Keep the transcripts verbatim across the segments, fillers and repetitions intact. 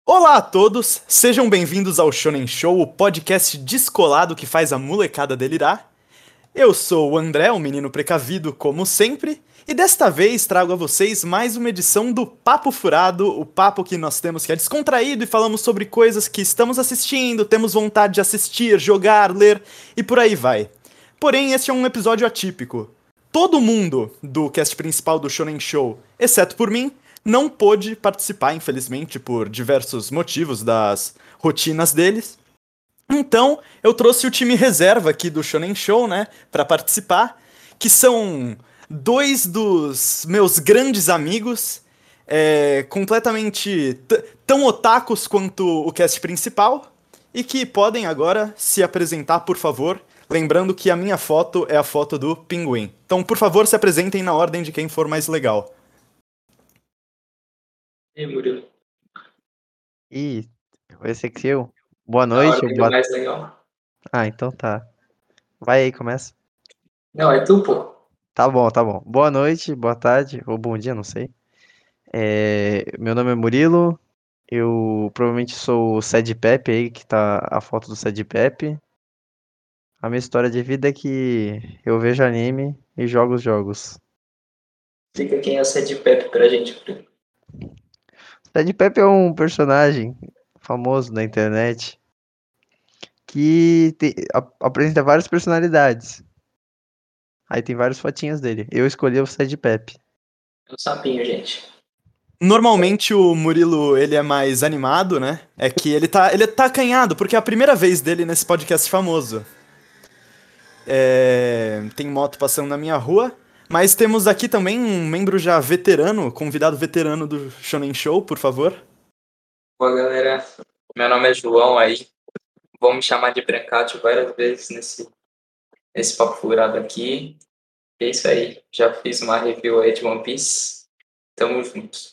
Olá a todos, sejam bem-vindos ao Shonen Show, o podcast descolado que faz a molecada delirar. Eu sou o André, o menino precavido, como sempre, e desta vez trago a vocês mais uma edição do Papo Furado, o papo que nós temos que é descontraído e falamos sobre coisas que estamos assistindo, temos vontade de assistir, jogar, ler e por aí vai. Porém, este é um episódio atípico. Todo mundo do cast principal do Shonen Show, exceto por mim, não pôde participar, infelizmente, por diversos motivos das rotinas deles. Então, eu trouxe o time reserva aqui do Shonen Show, né, pra participar, que são dois dos meus grandes amigos, é, completamente t- tão otakus quanto o cast principal, e que podem agora se apresentar, por favor, lembrando que a minha foto é a foto do Pinguim. Então, por favor, se apresentem na ordem de quem for mais legal. E Murilo, Ih, vai ser que eu. Boa na noite, ordem do boa... mais legal. Ah, então tá. Vai aí, começa. Não, é tu, pô. Tá bom, tá bom. Boa noite, boa tarde, ou bom dia, não sei. É, Meu nome é Murilo, eu provavelmente sou o Sad Pepe aí, que tá a foto do Sad Pepe. A minha história de vida é que eu vejo anime e jogo os jogos. Explica quem é o Sad Pepe pra gente, Murilo. Sad Pepe é um personagem famoso na internet que te- ap- apresenta várias personalidades. Aí tem várias fotinhas dele. Eu escolhi o Sad Pepe. É um sapinho, gente. Normalmente o Murilo, ele é mais animado, né? É que ele tá, ele tá acanhado, porque é a primeira vez dele nesse podcast famoso. É, tem moto passando na minha rua, mas temos aqui também um membro já veterano, convidado veterano do Shonen Show, por favor. Boa, galera. Meu nome é João aí. Vão me chamar de Brancatio várias vezes nesse, nesse papo furado aqui. É isso aí. Já fiz uma review aí de One Piece. Tamo junto.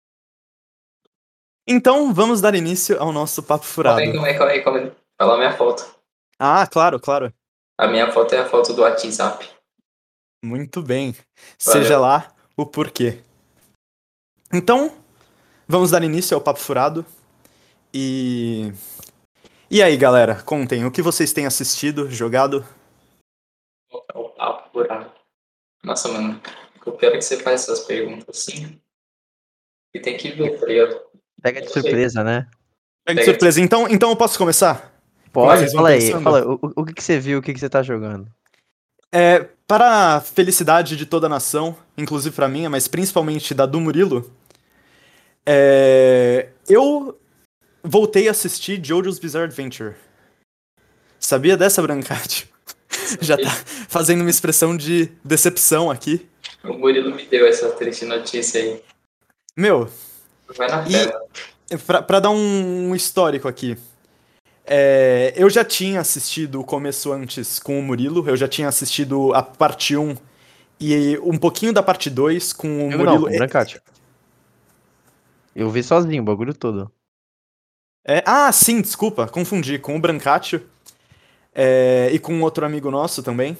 Então, vamos dar início ao nosso papo Calma furado. aí, calma aí, calma aí, calma aí. Fala a minha foto. Ah, claro, claro. A minha foto é a foto do WhatsApp. Muito bem. Valeu. Seja lá o porquê. Então, vamos dar início ao papo furado. E... E aí, galera, contem, o que vocês têm assistido, jogado? O papo furado. Nossa, mano. O pior é que você faz essas perguntas assim. E tem que ver, tá ligado? Pega de surpresa, né? Pega de Pega surpresa. Então, então eu posso começar? Pode, Vocês vão fala aí. pensando? Fala, o, o- o que que você viu, o que que você tá jogando? É, para a felicidade de toda a nação, inclusive pra minha, mas principalmente da do Murilo, é, eu voltei a assistir JoJo's Bizarre Adventure. Sabia dessa, Brancati? Já tá fazendo uma expressão de decepção aqui. O Murilo me deu essa triste notícia aí. Meu, Vai na E- tela. pra, pra dar um histórico aqui, é, eu já tinha assistido o começo antes com o Murilo, eu já tinha assistido a parte um e um pouquinho da parte dois com o Eu não, Murilo. com o Brancatio. Eu vi sozinho o bagulho todo. É, ah, sim, desculpa, confundi, com o Brancatio é, e com outro amigo nosso também.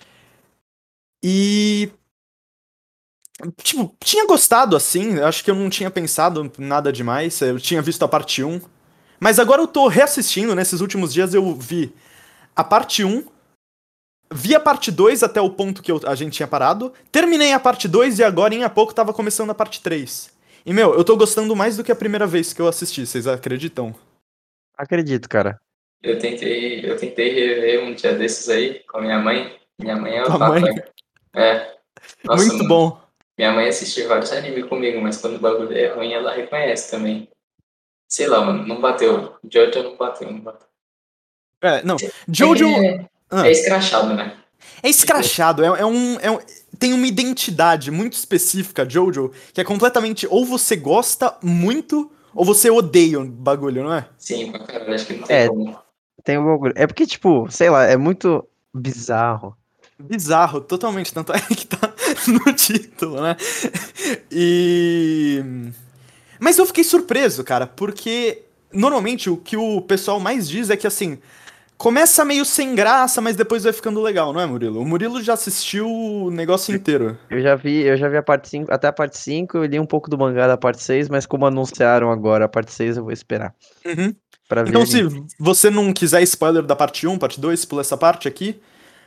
E. Tipo, tinha gostado assim, acho que eu não tinha pensado nada demais, eu tinha visto a parte um. Mas agora eu tô reassistindo, nesses últimos dias eu vi a parte um, vi a parte dois até o ponto que eu- a gente tinha parado, terminei a parte dois e agora em a pouco tava começando a parte três. E meu, eu tô gostando mais do que a primeira vez que eu assisti, vocês acreditam? Acredito, cara. Eu tentei, eu tentei rever um dia desses aí com a minha mãe. Minha mãe é Tua otaku, mãe? né? É. Nossa, Muito mano. bom. Minha mãe assistiu vários animes comigo, mas quando o bagulho é ruim, ela reconhece também. Sei lá, mano, não bateu. Jojo não bateu, não bateu. É, não, Jojo É, ah, é escrachado, né? é escrachado, é, é um, é um- tem uma identidade muito específica, Jojo, que é completamente ou você gosta muito ou você odeia o bagulho, não é? Sim, pra caralho, acho que não tem É. como. Tem um bagulho. É porque, tipo, sei lá, é muito bizarro. Bizarro, totalmente, tanto é que tá no título, né? E... Mas eu fiquei surpreso, cara, porque normalmente o que o pessoal mais diz é que, assim, Começa meio sem graça, mas depois vai ficando legal, não é, Murilo? O Murilo já assistiu o negócio inteiro. Eu já vi, eu já vi a parte cinco, até a parte cinco, eu li um pouco do mangá da parte seis, mas como anunciaram agora a parte seis, eu vou esperar Uhum. pra Então, ver se ali. você não quiser spoiler da parte um, parte dois, pula essa parte aqui.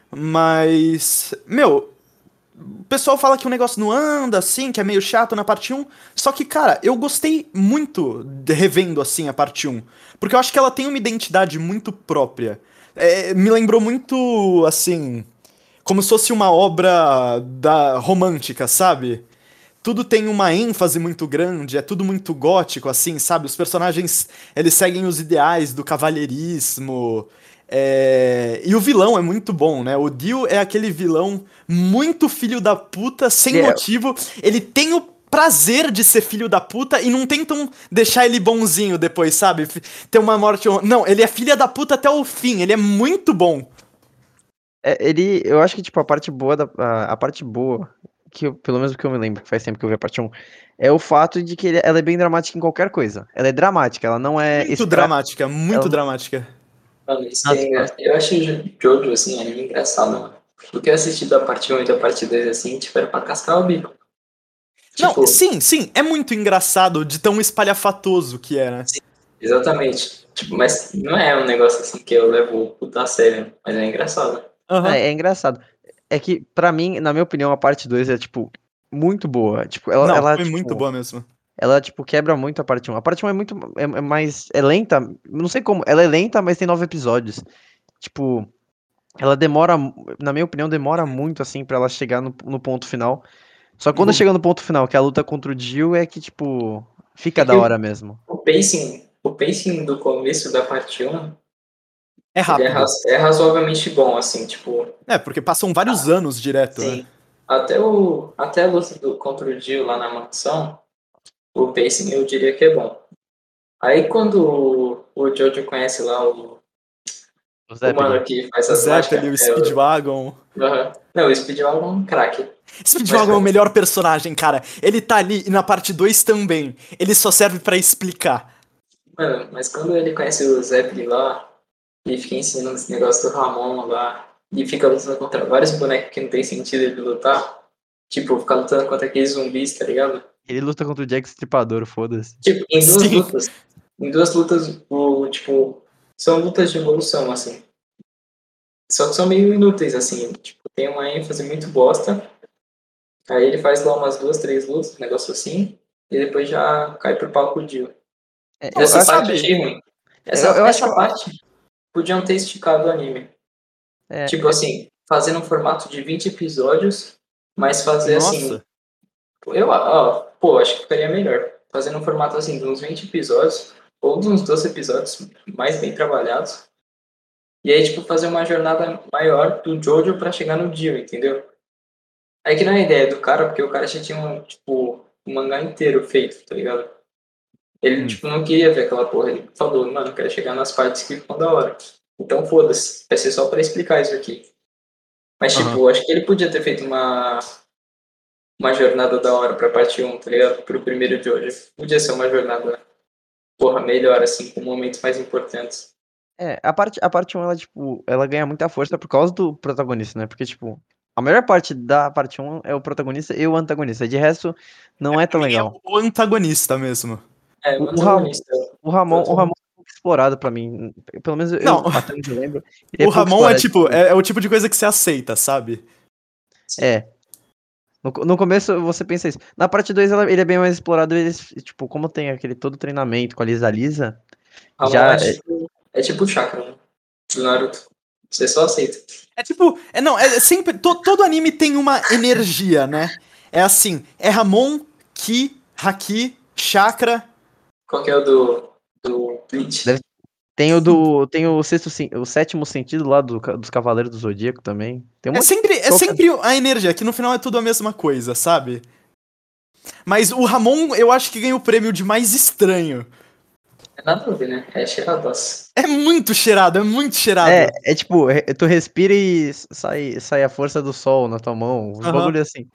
Mas, meu, o pessoal fala que o negócio não anda assim, que é meio chato na parte um. Só que, cara, eu gostei muito de revendo assim a parte um. Porque eu acho que ela tem uma identidade muito própria. É, me lembrou muito, assim, como se fosse uma obra da romântica, sabe? Tudo tem uma ênfase muito grande, é tudo muito gótico, assim, sabe? Os personagens, eles seguem os ideais do cavalheirismo. é, E o vilão é muito bom, né? O Dio é aquele vilão muito filho da puta, sem Ele é- motivo. Ele tem o prazer de ser filho da puta e não tentam deixar ele bonzinho depois, sabe? F- Ter uma morte. hon- Não, ele é filha da puta até o fim, ele é muito bom. é- ele, eu acho que tipo a parte boa da a, a parte boa que eu- pelo menos que eu me lembro, que faz tempo que eu vi a parte um, é o fato de que ele- ela é bem dramática em qualquer coisa. Ela é dramática, ela não é Muito extra, dramática, muito ela não, dramática. Mano, isso que é nossa, engra... Eu acho o Jo- Jojo, assim, anime engraçado, mano. Porque eu assisti da parte um e da parte dois, assim, tipo, era pra cascar o bico. Não, Tipo, sim, sim, é muito engraçado de tão espalhafatoso que era. exatamente. Tipo, mas não é um negócio assim que eu levo puta a sério, mas é engraçado. é, Aham. é engraçado. É que pra mim, na minha opinião, a parte dois é tipo muito boa. Tipo, ela, Não, ela foi muito tipo boa mesmo. ela, tipo, quebra muito a parte um. A parte um é muito. É, é mais. É lenta. Não sei como. Ela é lenta, mas tem nove episódios. Tipo, ela demora. Na minha opinião, demora muito, assim, pra ela chegar no, no ponto final. Só que quando O- chega no ponto final, que é a luta contra o Jill, é que, tipo. É Fica que da o, hora mesmo. o pacing, o pacing do começo da parte um, É ele é, rápido. raz- é razoavelmente bom, assim, tipo, É, porque passam vários anos direto, né? sim. Até, o, até a luta do, contra o Jill lá na mansão, o pacing eu diria que é bom. Aí quando o, o Jojo conhece lá o, O o Zeppelin. mano que faz O as mágicas, Zeppelin, o é o, Speedwagon. aham. Não, o Speedwagon é um craque. Mas, Speedwagon é o melhor personagem, cara. Ele tá ali e na parte dois também. Ele só serve pra explicar. mano, mas quando ele conhece o Zeppelin lá, e fica ensinando esse negócio do Ramon lá, e fica lutando contra vários bonecos que não tem sentido ele lutar, tipo, ficar lutando contra aqueles zumbis, tá ligado? Ele luta contra o Jack Stripador, foda-se. Tipo, em duas Sim. lutas, em duas lutas, o, tipo, são lutas de evolução, assim. Só que são meio inúteis, assim, tipo, tem uma ênfase muito bosta, aí ele faz lá umas duas, três lutas, um negócio assim, e depois já cai pro palco Dio. É, eu, Não, eu você Essa acho que. parte eu sabe? achei ruim. Eu, Essa, eu acho que. essa parte podiam ter esticado o anime. É, Tipo assim, fazendo um formato de vinte episódios, mas fazer assim. Nossa. Eu, ó, pô, acho que ficaria melhor. Fazendo um formato assim de uns vinte episódios, ou de uns doze episódios mais bem trabalhados. E aí, tipo, fazer uma jornada maior do Jojo pra chegar no Dio, entendeu? É que não é a ideia do cara, porque o cara já tinha, um, tipo, um mangá inteiro feito, tá ligado? Ele, Hum. tipo, não queria ver aquela porra. Ele falou, mano, eu quero chegar nas partes que ficam da hora. Então, foda-se. Vai ser só pra explicar isso aqui. Mas, Aham. tipo, acho que ele podia ter feito uma, uma jornada da hora pra parte um, tá ligado? Pro primeiro de hoje. Podia ser uma jornada, porra, melhor, assim, com momentos mais importantes. é, a parte, a parte um, ela, tipo, ela ganha muita força por causa do protagonista, né? Porque, tipo, a melhor parte da parte um é o protagonista e o antagonista. De resto, não é Pra tão mim é legal. o antagonista mesmo. É, o O, o, Ram- antagonista. o O Ramon, o Ramon antagonista. é pouco explorado pra mim. Pelo menos Não, eu, até onde eu lembro, ele é o pouco Ramon é explorado. tipo, Tipo, é, é o tipo de coisa que você aceita, sabe? Sim. é. No, co- no começo você pensa isso. Na parte dois ela- ele é bem mais explorado. Ele, tipo, como tem aquele todo treinamento com a Lisa Lisa, Ramon já. é é- tipo, é tipo o Chakra, né? Do Naruto. Você só aceita. É tipo, é não, é sempre to- todo anime tem uma energia, né? É assim, é Ramon, Ki, Haki, Chakra. Qual que é o do, do Bleach? deve- tem o do. Tem o sexto, sen- o sétimo sentido lá do, ca- dos Cavaleiros do Zodíaco também. Tem um É monte. sempre, é Qual que é? sempre a energia, que no final é tudo a mesma coisa, sabe? Mas o Ramon, eu acho que ganha o prêmio de mais estranho. É nada a ver, né? É cheiradoça. É muito cheirado, é muito É, cheirado. é tipo, re- tu respira e sai, sai a força do sol na tua mão. Uns Aham. bagulho assim.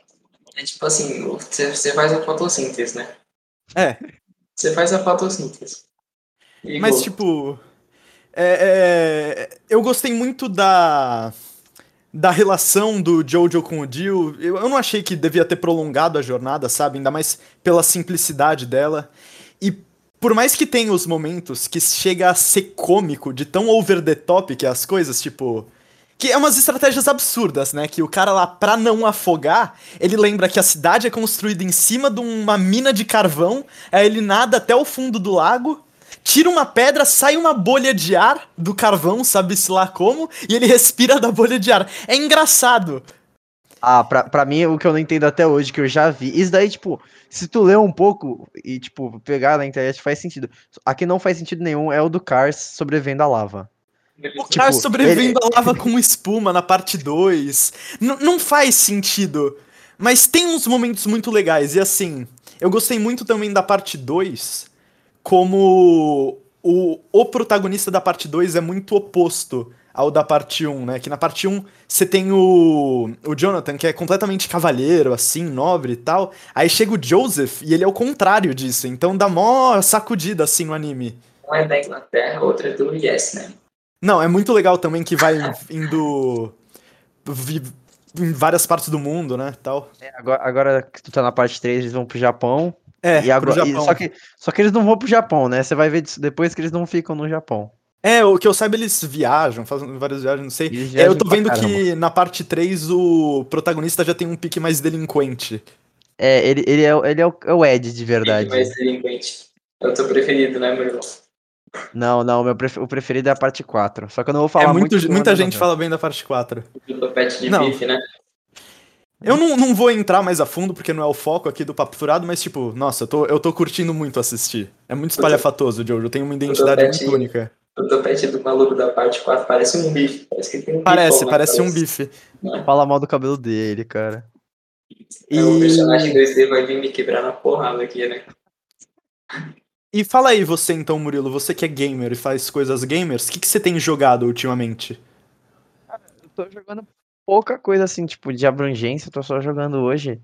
É tipo assim, você, você faz a fotossíntese, né? É, Você faz a fotossíntese. mas Ligou. tipo, É, é, eu gostei muito da, da relação do Jojo com o Dio. Eu, eu não achei que devia ter prolongado a jornada, sabe? Ainda mais pela simplicidade dela. E por mais que tenha os momentos que chega a ser cômico de tão over the top que é as coisas, tipo. Que é umas estratégias absurdas, né? Que o cara lá, pra não afogar, ele lembra que a cidade é construída em cima de uma mina de carvão, aí ele nada até o fundo do lago, tira uma pedra, sai uma bolha de ar do carvão, sabe-se lá como, e ele respira da bolha de ar. É engraçado. Ah, pra, pra mim, o que eu não entendo até hoje, que eu já vi. Isso daí, tipo, se tu ler um pouco e, tipo, pegar na internet, faz sentido. Aqui não faz sentido nenhum, é o do Cars sobrevivendo à lava. O Tipo, cara sobrevivendo ele- à lava com espuma na parte dois. N- não faz sentido. Mas tem uns momentos muito legais. E assim, eu gostei muito também da parte dois. Como o, o protagonista da parte dois é muito oposto ao da parte um, né? Que na parte um você tem o, o Jonathan, que é completamente cavalheiro, assim, nobre e tal. Aí chega o Joseph e ele é o contrário disso. Então dá mó sacudida, assim, no anime. Um é da Inglaterra, outra é do Yes, né? Não, é muito legal também que vai indo vi- em várias partes do mundo, né, tal. é, agora, agora que tu tá na parte três, eles vão pro Japão. É, E pro agora, e- Japão. só, que, só que eles não vão pro Japão, né? Você vai ver disso depois que eles não ficam no Japão. É, o que eu saiba, eles viajam, fazem várias viagens, não sei. Eles É, eu viajam tô pra vendo caramba. que na parte três o protagonista já tem um pique mais delinquente. É, ele, ele, é, o- ele é, o, é o Ed de Fique verdade. mais delinquente. É o teu preferido, né, meu irmão? Não, não, meu pref- o preferido é a parte quatro. Só que eu não vou É, falar muito, muito que o muita André não gente viu. fala bem da parte quatro. O topete de Não. bife, né? Eu não, não vou entrar mais a fundo, porque não é o foco aqui do Papo Furado, mas tipo, nossa, eu tô, eu tô curtindo muito assistir. É muito espalhafatoso, Jojo, tem uma identidade topete- muito única. O topete do maluco da parte quatro parece um bife. Parece que tem um Parece, bifão na parece um cabeça, bife. né? Fala mal do cabelo dele, cara. É, o personagem E... dois D vai vir me quebrar na porrada aqui, né? E fala aí você então, Murilo, você que é gamer e faz coisas gamers, o que, que você tem jogado ultimamente? Eu tô jogando pouca coisa assim, tipo, de abrangência. Eu tô só jogando hoje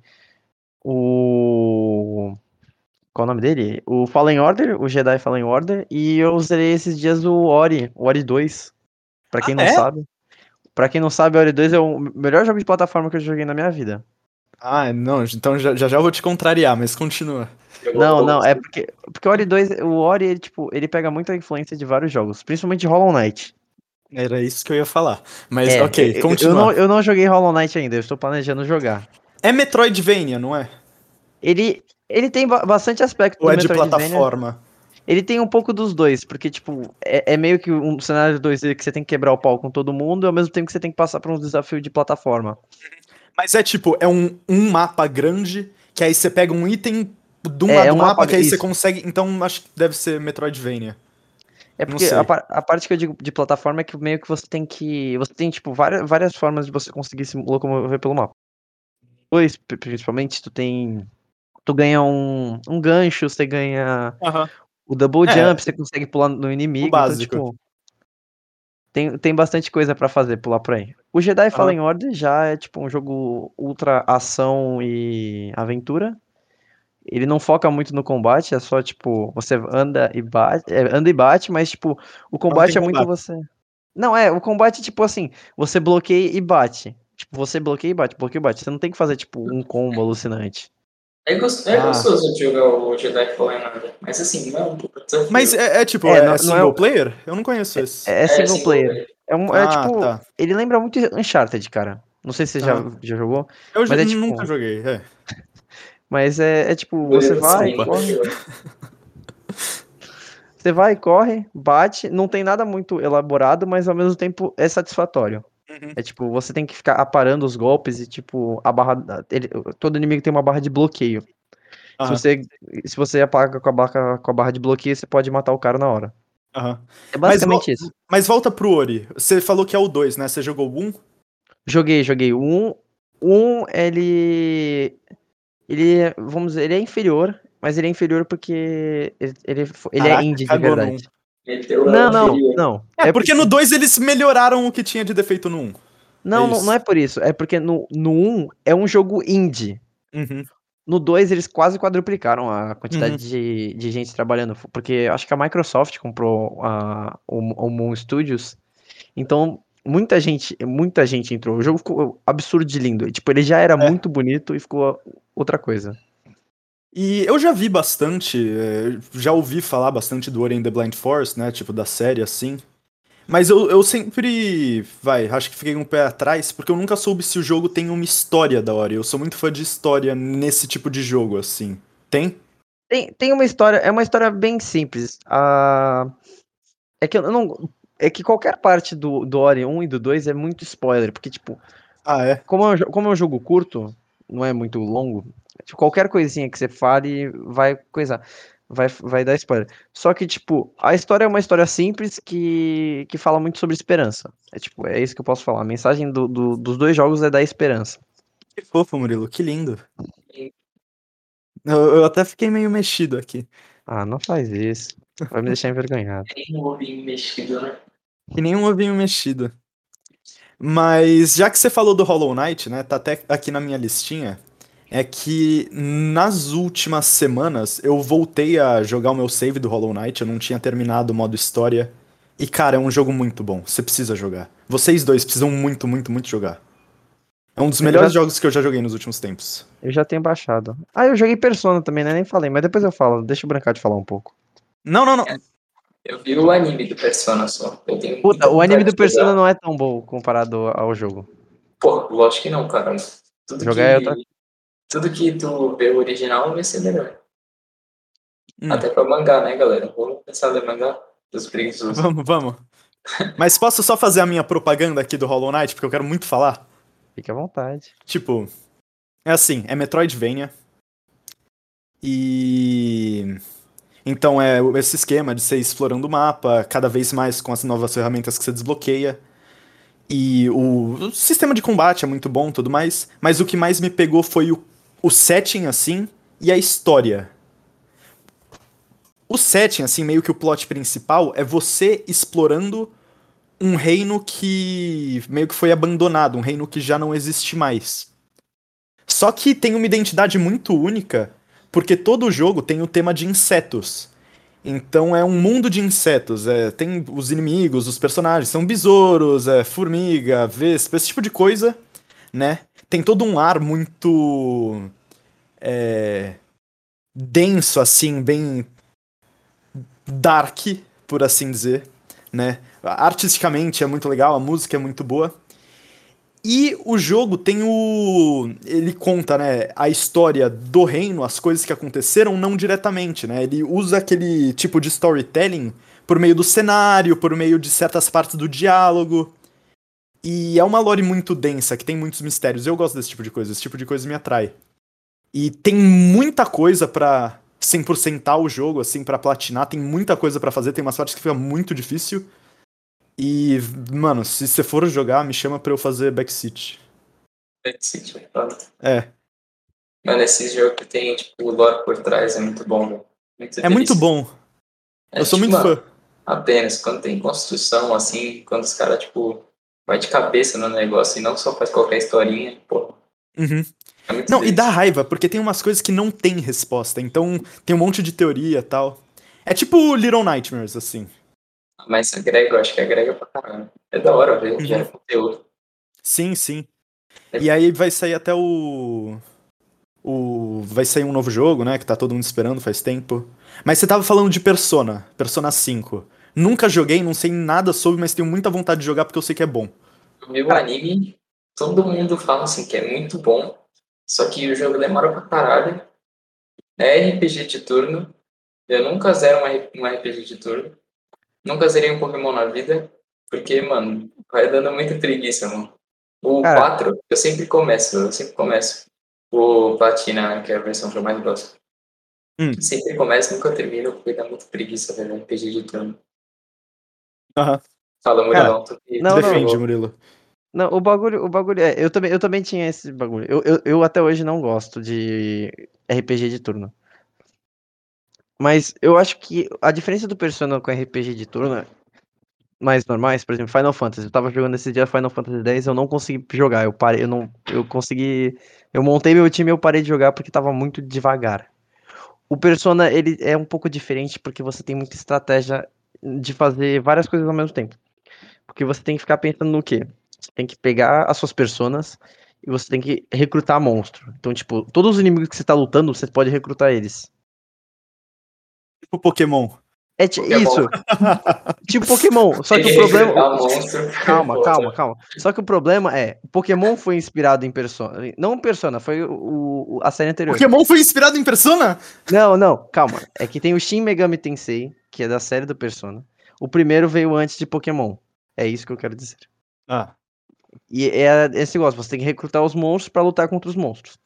o. Qual é o nome dele? O Fallen Order, o Jedi Fallen Order. E eu usei esses dias o Ori, o Ori dois. Pra Ah, quem não é? sabe. Pra quem não sabe, o Ori dois é o melhor jogo de plataforma que eu joguei na minha vida. Ah, não, então já já, já vou te contrariar, mas continua. Jogou Não, não, pouco. é porque, porque o Ori dois, o Ori, ele, tipo, ele pega muita influência de vários jogos, principalmente de Hollow Knight. Era isso que eu ia falar. Mas É, ok, eu, eu- eu não, continua. eu não joguei Hollow Knight ainda, eu estou planejando jogar. É Metroidvania, não é? Ele, ele tem ba- bastante aspecto Ou do é de Metroidvania. plataforma? Ele tem um pouco dos dois, porque, tipo, é, é meio que um cenário dois D que você tem que quebrar o pau com todo mundo, e ao mesmo tempo que você tem que passar por um desafio de plataforma. Mas é tipo, é um, um mapa grande, que aí você pega um item de um É, lado é do um mapa, mapa, que aí você isso. consegue. Então acho que deve ser Metroidvania. É Não porque a, sei. par- a parte que eu digo de plataforma é que meio que você tem que. Você tem, tipo, várias, várias formas de você conseguir se locomover pelo mapa. Dois, pri- principalmente, tu tem. Tu ganha um, um gancho, você ganha Aham. o double É, jump, você consegue pular no o inimigo, então, básico. tipo, tem, tem bastante coisa pra fazer pular por aí. O Jedi Aham. Fallen Order já é, tipo, um jogo ultra ação e aventura. Ele não foca muito no combate, é só, tipo, você anda e bate, é, anda e bate, mas, tipo, o Não tem combate é muito combate. você. Não, é, o combate, tipo assim, você bloqueia e bate. Tipo, você bloqueia e bate, bloqueia e bate. Você não tem que fazer, tipo, um combo alucinante. É, gos- é Ah. gostoso de jogar o Jedi Fallen Order. Mas assim, não é um pouco desafio. Mas é, é tipo, É, é, é não, não é, single player? Eu não conheço esse. é É single single player. player. É, um, é Ah, tipo, tá. ele lembra muito Uncharted, cara. Não sei se você já, Aham. já jogou, Eu mas j- é nunca tipo, joguei, é. mas é, é tipo, você Murilo vai, também Desculpa. nunca corre, jogou. você vai, corre, bate, não tem nada muito elaborado, mas ao mesmo tempo é satisfatório. Uhum. É tipo, você tem que ficar aparando os golpes e tipo, a barra, ele- todo inimigo tem uma barra de bloqueio. Se Aham. você, se você apaga com a barra, com a barra de bloqueio, você pode matar o cara na hora. Aham. É Mas, vol- basicamente isso. mas volta pro Ori. Você falou que é o dois, né? Você jogou o um? Joguei, joguei. O um, um, ele. Ele, é- vamos dizer, ele é inferior, mas ele é inferior porque ele, ele, fo- ele é Caraca, indie de cagou no um. verdade. Meteu Não, ela não, inferior. não. É, É porque no porque. dois eles melhoraram o que tinha de defeito no um. É Não, não, não isso. é por isso. É porque no, no um é um jogo indie. Uhum. no dois eles quase quadruplicaram a quantidade Uhum. de, de gente trabalhando, porque acho que a Microsoft comprou a, o, o Moon Studios, então muita gente, muita gente entrou. O jogo ficou absurdo de lindo. E, tipo, ele já era É. muito bonito e ficou outra coisa. E eu já vi bastante, é, já ouvi falar bastante do Ori and the Blind Forest, né? Tipo, da série, assim. Mas eu, eu sempre, vai, acho que fiquei um pé atrás, porque eu nunca soube se o jogo tem uma história da Ori. Eu sou muito fã de história nesse tipo de jogo, assim. Tem? Tem, tem uma história, é uma história bem simples. Ah, é que eu não. É que qualquer parte do, do Ori um e do dois é muito spoiler, porque, tipo, Ah, é? como é, um, jo- como é um jogo curto, não é muito longo, tipo, qualquer coisinha que você fale vai coisar, vai, vai dar spoiler. Só que, tipo, a história é uma história simples que, que fala muito sobre esperança. É tipo, é isso que eu posso falar. A mensagem do, do- dos dois jogos é dar esperança. Que fofo, Murilo, que lindo. Eu, eu até fiquei meio mexido aqui. Ah, não faz isso. Vai me deixar envergonhado. Nem um ovinho mexido, né? Que nem um ovinho mexido. Mas já que você falou do Hollow Knight, né? Tá até aqui na minha listinha. É que nas últimas semanas eu voltei a jogar o meu save do Hollow Knight. Eu não tinha terminado o modo história. E cara, é um jogo muito bom. Você precisa jogar. Vocês dois precisam muito, muito, muito jogar. É um dos Eu melhores já, jogos que eu já joguei nos últimos tempos. eu já tenho baixado. Ah, eu joguei Persona também, né? Nem falei, mas depois eu falo. Deixa o Brancar falar um pouco. Não, não, não. Eu vi o anime do Persona só. Eu tenho Puta, muita o anime vontade do de Persona jogar. não é tão bom comparado ao jogo. Pô, lógico que não, cara. Tudo Jogar é outra. que, tudo que tu vê o original vai ser melhor. Hum, Até pra mangá, né, galera? Vamos pensar em mangá dos preguiçosos. vamos, vamos. Mas posso só fazer a minha propaganda aqui do Hollow Knight, porque eu quero muito falar? Fique à vontade. Tipo, é assim, é Metroidvania. E então é esse esquema de você ir explorando o mapa, cada vez mais com as novas ferramentas que você desbloqueia. E o, o sistema de combate é muito bom e tudo mais. Mas o que mais me pegou foi o, o setting, assim, e a história. O setting, assim, meio que o plot principal é você explorando um reino que meio que foi abandonado, um reino que já não existe mais. Só que tem uma identidade muito única, porque todo o jogo tem o tema de insetos. Então é um mundo de insetos. É, tem os inimigos, os personagens, são besouros, é, formiga, vespa, esse tipo de coisa, né? Tem todo um ar muito é, denso, assim, bem dark, por assim dizer, né? Artisticamente é muito legal, a música é muito boa. E o jogo tem o. Ele conta, né, a história do reino, as coisas que aconteceram, não diretamente, né? Ele usa aquele tipo de storytelling por meio do cenário, por meio de certas partes do diálogo. E é uma lore muito densa, que tem muitos mistérios. Eu gosto desse tipo de coisa, esse tipo de coisa me atrai. E tem muita coisa pra cem por centar o jogo, assim, pra platinar, tem muita coisa pra fazer, tem umas partes que fica muito difícil. E, mano, se você for jogar, me chama pra eu fazer backseat. City, foda. É. Mano, esse jogo que tem, tipo, o lore por trás é muito bom, mano. Muito É muito delícia. bom. É Eu sou tipo, muito mano, fã. apenas quando tem construção, assim, quando os caras, tipo, vai de cabeça no negócio e não só faz qualquer historinha, pô, Uhum. é muito Não, e dá delícia. raiva, porque tem umas coisas que não tem resposta. Então tem um monte de teoria e tal. É tipo Little Nightmares, assim. Mas agrega, eu acho que agrega pra caramba. É da hora ver, Uhum. gera conteúdo. Sim, sim. E É, aí vai sair até o. O. Vai sair um novo jogo, né? Que tá todo mundo esperando faz tempo. Mas você tava falando de Persona, Persona cinco. Nunca joguei, não sei nada sobre, mas tenho muita vontade de jogar porque eu sei que é bom. eu vi o Cara, anime, todo mundo fala assim que é muito bom, só que o jogo demora pra caralho. É R P G de turno, eu nunca zero uma R- um R P G de turno. Nunca zerei um Pokémon na vida, porque, mano, vai dando muita preguiça, mano. O cara, quatro eu sempre começo, eu sempre começo. O Platina, que é a versão que eu mais gosto. Hum. Sempre começo, nunca termino, porque dá muita preguiça ver R P G de turno. Aham. Fala, Cara, Murilão, tu que, tu não, que não. defende, jogou. Murilo. Não, o bagulho, o bagulho é, eu também, eu também tinha esse bagulho. Eu, eu, eu até hoje não gosto de R P G de turno. Mas eu acho que a diferença do Persona com R P G de turno mais normais, por exemplo, Final Fantasy. Eu tava jogando esse dia Final Fantasy X, eu não consegui jogar. Eu parei, eu não, eu consegui, eu montei meu time e eu parei de jogar porque tava muito devagar. O Persona, ele é um pouco diferente porque você tem muita estratégia de fazer várias coisas ao mesmo tempo. Porque você tem que ficar pensando no quê? Você tem que pegar as suas personas e você tem que recrutar monstro. Então, tipo, todos os inimigos que você tá lutando, você pode recrutar eles. Tipo Pokémon. É ti- Pokémon. isso, tipo Pokémon. Só Tem que que o problema. recrutar o monstro. Calma, calma, Foda. calma. Só que o problema é, o Pokémon foi inspirado em Persona. Não Persona, foi o, o- a série anterior. Pokémon foi inspirado em Persona? Não, não, calma. É que tem o Shin Megami Tensei, que é da série do Persona. O primeiro veio antes de Pokémon. É isso que eu quero dizer. Ah. E é esse negócio, você tem que recrutar os monstros pra lutar contra os monstros.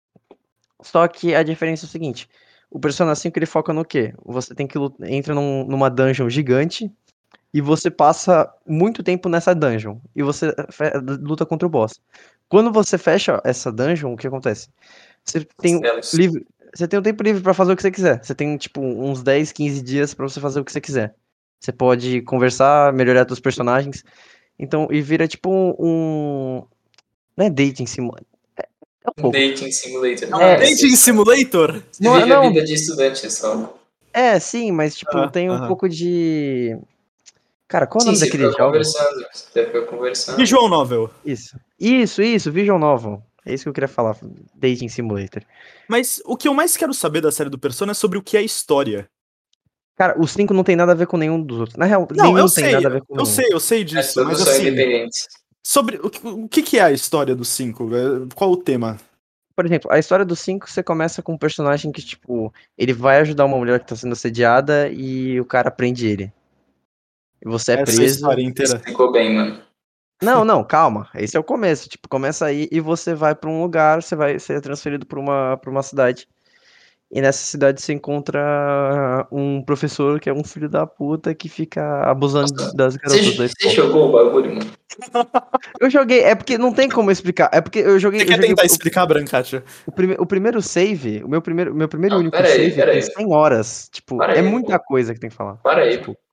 Só que a diferença é o seguinte: o Persona cinco ele foca no quê? Você tem que lutar, entra num- numa dungeon gigante e você passa muito tempo nessa dungeon e você fe- luta contra o boss. Quando você fecha essa dungeon, o que acontece? Você tem Celos. livre, você tem um tempo livre pra fazer o que você quiser. Você tem tipo uns dez, quinze dias pra você fazer o que você quiser. Você pode conversar, melhorar seus personagens. Então, e vira tipo um, não é dating sim, é um Um pouco. dating simulator. É Não um é, É, você, dating simulator? você não, é- vive a não, vida de estudante só. é sim, mas tipo, Ah, tem um aham. pouco de, cara, qual é o Sim, nome você daqueles fica jogos? conversando. Você fica conversando. Visual Novel. Isso. Isso, isso, Vision Novel. É isso que eu queria falar, Dating Simulator. Mas o que eu mais quero saber da série do Persona é sobre o que é a história. Cara, o cinco não tem nada a ver com nenhum dos outros. Na real, Não, eu nenhum tem sei, nada a ver com eu nenhum. sei, eu sei É, disso, todos mas são assim, independentes. sobre o, que- o que que é a história do cinco? Qual o tema? Por exemplo, a história do cinco você começa com um personagem que, tipo, ele vai ajudar uma mulher que tá sendo assediada e o cara prende ele. E você é Essa história preso. inteira. Ficou bem, mano. Não, não, calma. Esse é o começo. Tipo, começa aí e você vai pra um lugar, você vai ser transferido pra uma, pra uma cidade. E nessa cidade você encontra um professor que é um filho da puta que fica abusando Nossa, das você, garotas da você escola. jogou o bagulho, mano? Eu joguei, é porque não tem como explicar. É porque eu joguei, Você eu quer joguei tentar o, explicar, Brancatia? o, prime, o primeiro save, o meu primeiro, meu primeiro e Não, único pera aí, save pera tem aí. cem horas. Tipo, Para é aí, muita pô. coisa que tem que falar. Para aí. Desculpa.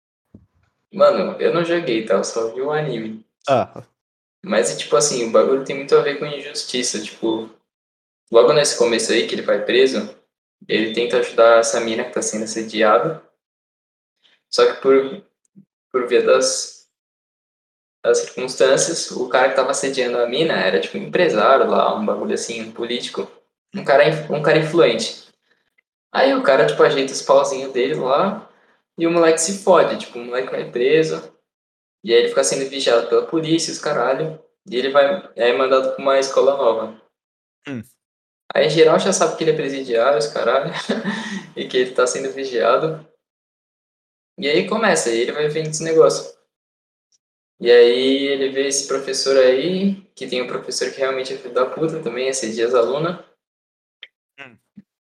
Mano, eu não joguei, tá? Eu só vi o anime. Ah, Mas, tipo assim, o bagulho tem muito a ver com injustiça. Tipo, logo nesse começo aí que ele vai preso, ele tenta ajudar essa mina que tá sendo assediada. Só que por, por via das, das circunstâncias, o cara que tava assediando a mina era, tipo, um empresário lá, um bagulho assim, um político. Um cara, inf- um cara influente. Aí o cara, tipo, ajeita os pauzinhos dele lá e o moleque se fode. Tipo, o moleque vai preso. E aí ele fica sendo vigiado pela polícia, os caralho. E ele vai, é mandado pra uma escola nova. hum. Aí geral já sabe que ele é presidiário, os caralho. E que ele tá sendo vigiado. E aí começa, aí ele vai vendo esse negócio. E aí ele vê esse professor aí, que tem um professor que realmente é filho da puta também, assedia as alunas. Hum.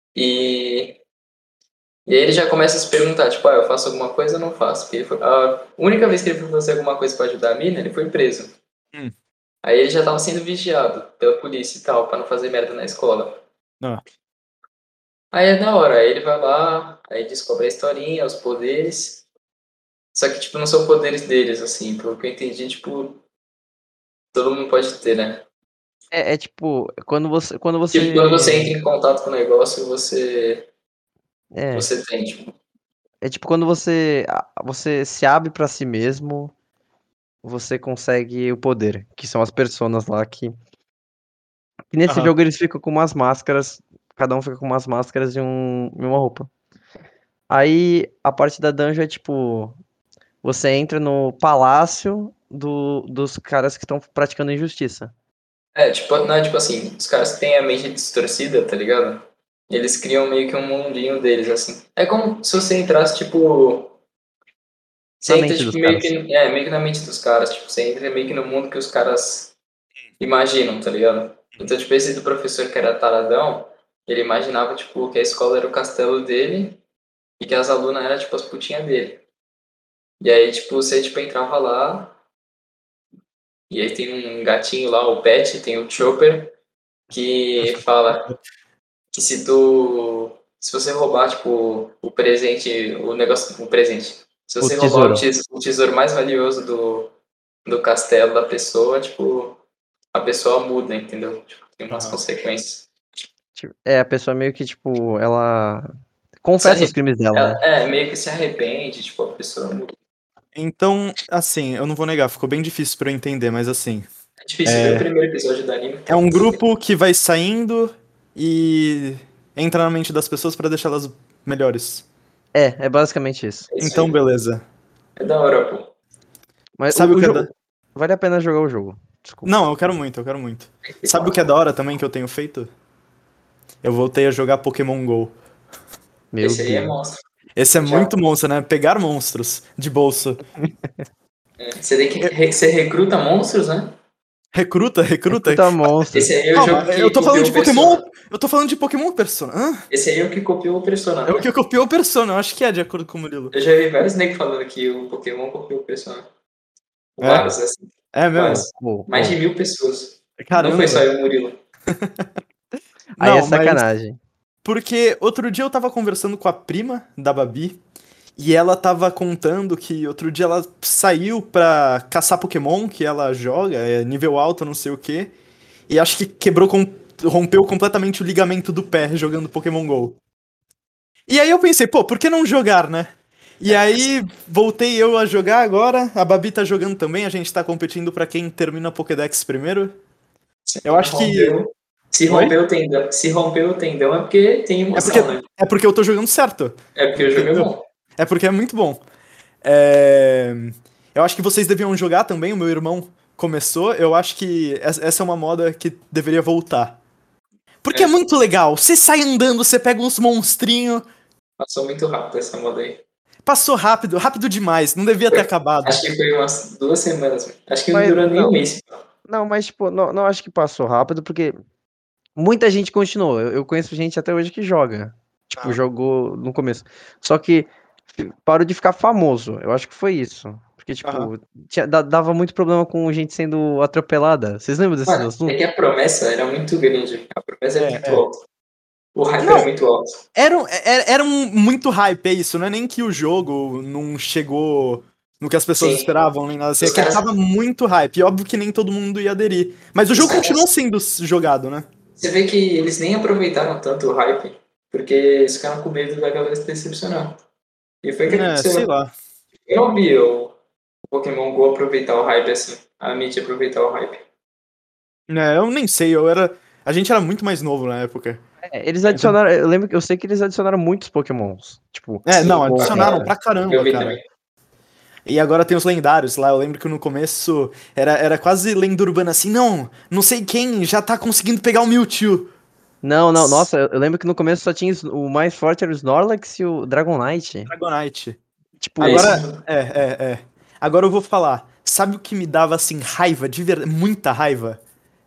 E, e aí ele já começa a se perguntar, tipo, ah, eu faço alguma coisa ou não faço? Porque ele foi, a única vez que ele foi fazer alguma coisa pra ajudar a mina, ele foi preso. Hum. Aí ele já tava sendo vigiado pela polícia e tal, pra não fazer merda na escola. Ah. Aí é da hora, aí ele vai lá, aí descobre a historinha, os poderes. Só que, tipo, não são poderes deles, assim, pelo que eu entendi, tipo, todo mundo pode ter, né? É, é tipo, quando você, quando Tipo, quando você você, entra em contato com o negócio, você, é, você tem, tipo, é tipo quando você, a- você se abre pra si mesmo, você consegue o poder, que são as personas lá que, que nesse Aham. jogo eles ficam com umas máscaras, cada um fica com umas máscaras e, um, e uma roupa. Aí a parte da dungeon é tipo, você entra no palácio do, dos caras que estão praticando injustiça. é, tipo, não é tipo assim, os caras que têm a mente distorcida, tá ligado? Eles criam meio que um mundinho deles, assim. É como se você entrasse, tipo, você Na entra, mente tipo, dos meio caras. que, é, meio que na mente dos caras, tipo, você entra meio que no mundo que os caras imaginam, tá ligado? Então, tipo, esse do professor que era taradão, ele imaginava, tipo, que a escola era o castelo dele e que as alunas eram, tipo, as putinhas dele. E aí, tipo, você, tipo, entrava lá e aí tem um gatinho lá, o Pet, tem o Chopper, que fala que se tu... Se você roubar, tipo, o presente, o negócio, o presente. Se O você roubar tesouro. o tesouro, o tesouro mais valioso do, do castelo da pessoa, tipo, a pessoa muda, entendeu? Tipo, tem umas Aham. consequências. Tipo, É, a pessoa meio que, tipo, ela Se confessa os arre- crimes dela, né? ela- É, meio que se arrepende, tipo, a pessoa muda. Então, assim, eu não vou negar, ficou bem difícil pra eu entender, mas assim, É difícil ver o primeiro episódio do anime. é um grupo que vai saindo e entra na mente das pessoas pra deixá-las melhores. É, é basicamente isso. É isso Então, aí. beleza. É da hora, pô. Mas Sabe o o, o que é da... jogo. Vale a pena jogar o jogo. Desculpa. Não, eu quero muito, eu quero muito. Sabe o que é da hora também que eu tenho feito? Eu voltei a jogar Pokémon Go. Meu Esse aí é Deus. monstro. Esse é Já. muito monstro, né? Pegar monstros de bolso. É, Você, tem que, re- você recruta monstros, né? Recruta, recruta. Recruta monstro. Esse aí é o Calma, jogo eu que tô falando copiou de o Persona. Pokémon. Eu tô falando de Pokémon Persona. Hã? Esse aí é o que copiou o Persona, É o né? que copiou o Persona, eu acho que é, de acordo com o Murilo. Eu já vi vários negros falando que o Pokémon copiou o Persona. É? Vários, assim. É mesmo? Vários. Pô, Mais pô. de mil pessoas. Não foi só Caramba. eu, Murilo. Aí é Não, mas sacanagem. porque outro dia eu tava conversando com a prima da Babi e ela tava contando que outro dia ela saiu pra caçar Pokémon, que ela joga, é nível alto, não sei o quê, e acho que quebrou, com... rompeu completamente o ligamento do pé jogando Pokémon Go. E aí eu pensei, pô, por que não jogar, né? E aí voltei eu a jogar agora, a Babi tá jogando também, a gente tá competindo pra quem termina a Pokédex primeiro. Se Eu acho que. rompeu, se Oi? rompeu o tendão, se rompeu o tendão é porque tem É porque, emoção, né? é porque eu tô jogando certo. É porque o jogo é Entendeu? bom. É porque é muito bom. É, Eu acho que vocês deviam jogar também, o meu irmão começou, eu acho que es- essa é uma moda que deveria voltar. Porque é É, muito legal, você sai andando, você pega uns monstrinhos, passou muito rápido essa moda aí. passou rápido, rápido demais, não devia ter Foi- acabado. Acho que foi umas duas semanas. Acho que não Mas durou nem um não, mês. não, mas tipo, não, não acho que passou rápido, porque muita gente continuou. Eu, eu conheço gente até hoje que joga. Tipo, Ah. jogou no começo. Só que fi- parou de ficar famoso. Eu acho que foi isso. Porque, Aham. tipo, tinha- da- dava muito problema com gente sendo atropelada. Vocês lembram desses Mano, é que assuntos? a promessa era muito grande. A promessa era É, muito é. alta. O hype era Não, muito alto. era, um- era, era um muito hype, é isso, não é nem que o jogo não chegou no que as pessoas Sim. esperavam, nem nada assim, é Os que ele caras, tava muito hype, e óbvio que nem todo mundo ia aderir. Mas o os jogo caras, continuou sendo jogado, né? você vê que eles nem aproveitaram tanto o hype, porque eles ficaram com medo da galera se decepcionar. E foi o que É, sei aconteceu. lá. Eu não vi o Pokémon Go aproveitar o hype assim. A mídia aproveitar o hype. É, eu nem sei, eu era. A gente era muito mais novo na época. É, eles adicionaram. Eu lembro que eu sei que eles adicionaram muitos Pokémons. Tipo, É, Sim, não, bom, adicionaram cara. pra Eu caramba, vi cara. também. E agora tem os lendários lá. Eu lembro que no começo era, era quase lenda urbana assim, não, não sei quem já tá conseguindo pegar o Mewtwo. Não, não, nossa, eu eu lembro que no começo só tinha o mais forte era o Snorlax e o Dragonite. Dragonite. É Tipo, isso Agora, mesmo. é, é, é. Agora eu vou falar. Sabe o que me dava assim raiva, de verdade, muita raiva?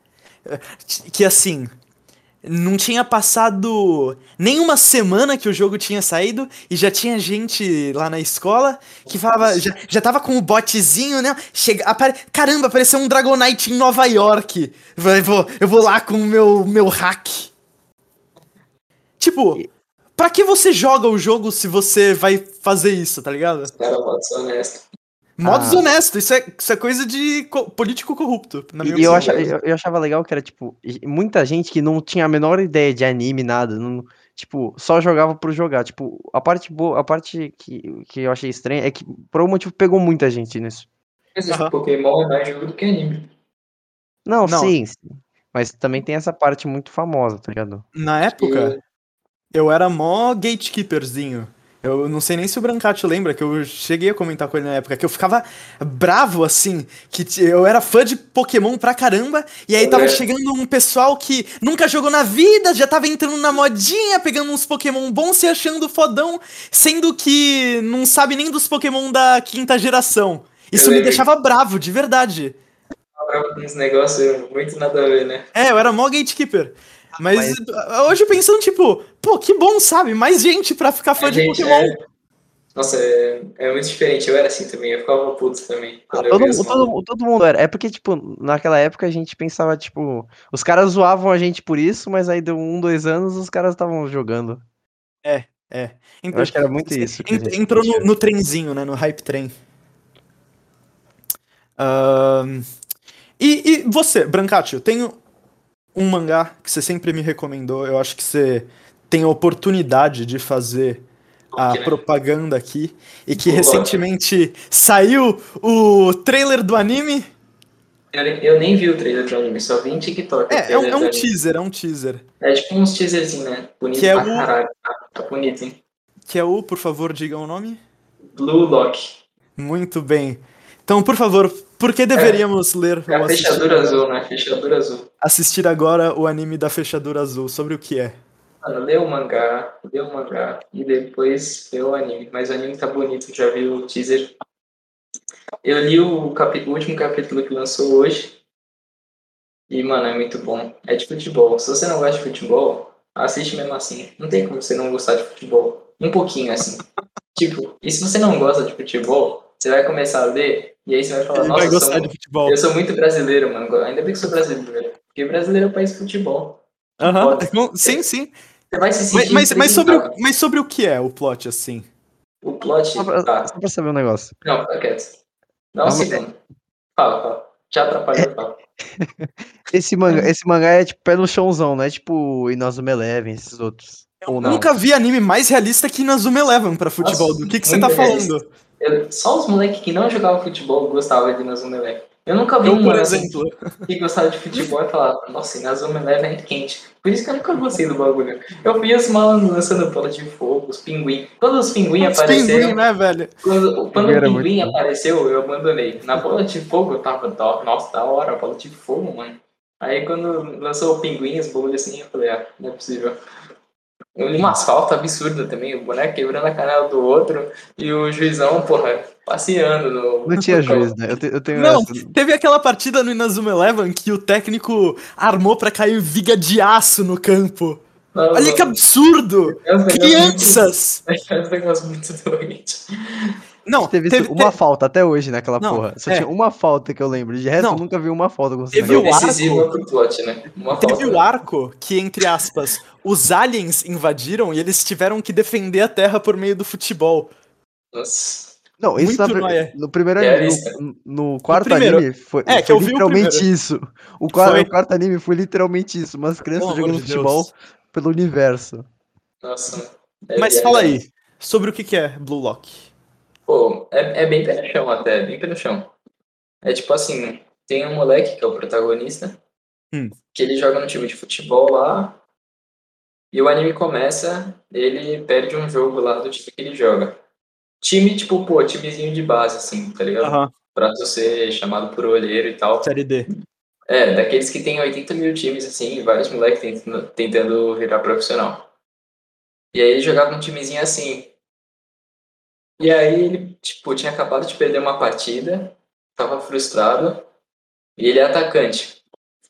Que assim, não tinha passado nem uma semana que o jogo tinha saído e já tinha gente lá na escola que falava, já, já tava com o botezinho, né? Chega, apare, caramba, apareceu um Dragonite em Nova York. Eu vou, eu vou lá com o meu, meu hack. Tipo, e- pra que você joga o jogo se você vai fazer isso, tá ligado? Os caras podem ser honestos. Mó ah, desonesto, isso é, isso é coisa de co- político corrupto, na minha e e eu, opinião. acha, eu, eu achava legal que era, tipo, e- muita gente que não tinha a menor ideia de anime, nada, não, tipo, só jogava por jogar. Tipo, a parte boa, a parte que, que eu achei estranha é que, por algum motivo, pegou muita gente nisso. Mas esse Aham. Pokémon é mais jogo do que anime. Não, Não, sim, sim, mas também tem essa parte muito famosa, tá ligado? na época, E eu era mó gatekeeperzinho. Eu não sei nem se o Brancati lembra, que eu cheguei a comentar com ele na época, que eu ficava bravo, assim, que t- eu era fã de Pokémon pra caramba, e aí tava André, chegando um pessoal que nunca jogou na vida, já tava entrando na modinha, pegando uns Pokémon bons, se achando fodão, sendo que não sabe nem dos Pokémon da quinta geração. eu Isso me lembro que deixava bravo, de verdade. eu falava com uns negócios muito nada a ver, né? É, eu era mó gatekeeper. Mas Mas uh, hoje pensando, tipo, pô, que bom, sabe? Mais gente pra ficar fã A de gente, Pokémon. é, nossa, é, é muito diferente. Eu era assim também, eu ficava puto também ah, quando eu todo, via os mu- malucos. todo, todo mundo era. É porque, tipo, naquela época a gente pensava, tipo, os caras zoavam a gente por isso, mas aí deu um, dois anos os caras estavam jogando. É, É. Eu Entrou, acho que era muito isso que a gente entrou no, sentia. no trenzinho, né? No hype train. Ahn, e, e você, Brancati, eu tenho um mangá que você sempre me recomendou. Eu acho que você tem a oportunidade de fazer a Ok, né? propaganda aqui. E que Blue Lock. recentemente saiu o trailer do anime. Eu, nem- eu nem vi o trailer do anime, só vi em TikTok o É, é um, é trailer do um anime. teaser, é um teaser. É tipo uns teaserzinhos, né? Que Bonito é pra o. caralho. Tá, tá bonito, hein? Que é o, por favor, digam o nome. Blue Lock. Muito bem. Então, por favor, por que É, deveríamos ler é ou a assistir fechadura agora? azul, né? Fechadura azul. Assistir agora o anime da Fechadura Azul. Sobre o que é? Mano, lê o mangá, lê o mangá e depois vê o anime. Mas o anime tá bonito, já vi o teaser. Eu li o, capi- o último capítulo que lançou hoje. E, mano, é muito bom. É de futebol. Se você não gosta de futebol, assiste mesmo assim. Não tem como você não gostar de futebol. Um pouquinho, assim. Tipo, e se você não gosta de futebol, você vai começar a ler, e aí você vai falar, Ele vai nossa, eu gostar sou, de mu- eu futebol. sou muito brasileiro, mano. Ainda bem que sou brasileiro. Porque brasileiro é o país de futebol. Que Aham, foda. com- sim, Você sim. você vai se Mas, sentir mas, mas sobre o, representado. mas sobre o que é o plot, assim? O Só plot, pra, tá. só pra saber um negócio. Não, fica quieto. Dá um É uma- segundo. Fala, fala. Já atrapalhou, fala. Esse mangá, esse mangá é tipo pé no chãozão, não é tipo Inazuma Eleven, esses outros. Eu Ou não? nunca vi anime mais realista que Inazuma Eleven pra futebol. Nossa, Do que, que você tá muito realista. falando? Eu- só os moleques que não jogavam futebol gostavam de Inazuma Eleven. Eu nunca vi Eu, um por mano assim exemplo. que, que gostava de futebol e falava, nossa, Inazuma Eleven é quente. Por isso que eu nunca gostei do bagulho. Eu vi os malandros lançando bola de fogo, os pinguim. Quando os pinguim Os pinguim, apareceram, né, velho? quando, quando Pinguim o era muito pinguim bom. apareceu, eu abandonei. Na bola de fogo eu tava, "Tó- nossa, da hora, bola de fogo, mano. Aí quando lançou o pinguim, os bagulhos assim, eu falei, ah, não é possível. Eu li umas faltas absurdas também, o boneco quebrando a canela do outro e o juizão, porra, passeando no, Não tinha no campo. juiz, né? Eu, te- eu tenho Não, essa. teve aquela partida no Inazuma Eleven que o técnico armou pra cair viga de aço no campo. Não, Olha que mano, absurdo! é um negócio muito. Crianças! É um negócio muito doente. Só Não, teve isso, teve. uma te- falta até hoje naquela Não, porra. Só tinha é. uma falta que eu lembro. De resto, eu Não, nunca vi uma falta com esse teve Foi o negócio. decisiva arco. pro plot, né? Uma Teve o falta. arco que, entre aspas, os aliens invadiram e eles tiveram que defender a Terra por meio do futebol. Nossa, Não, isso na Muito pri- nóia. no primeiro anime. No, realista. no No quarto primeiro. anime foi, É, que foi eu vi o primeiro. literalmente isso. O, qua- Foi. o quarto anime foi literalmente isso. Umas Pelo crianças amor jogando de futebol Deus. pelo universo. Nossa, é Mas fala viajado. aí, sobre o que que é Blue Lock. Pô, é, é bem pé no chão até, bem pé no chão. É tipo assim, tem um moleque que é o protagonista, Hum. que ele joga no time de futebol lá, e o anime começa, ele perde um jogo lá do time que ele joga. Time, tipo, pô, timezinho de base, assim, tá ligado? Aham, Pra tu ser chamado por olheiro e tal. série D. É, daqueles que tem oitenta mil times, assim, e vários moleques tentando, tentando virar profissional. E aí ele jogava num timezinho assim. E aí ele, tipo, tinha acabado de perder uma partida, tava frustrado, e ele é atacante.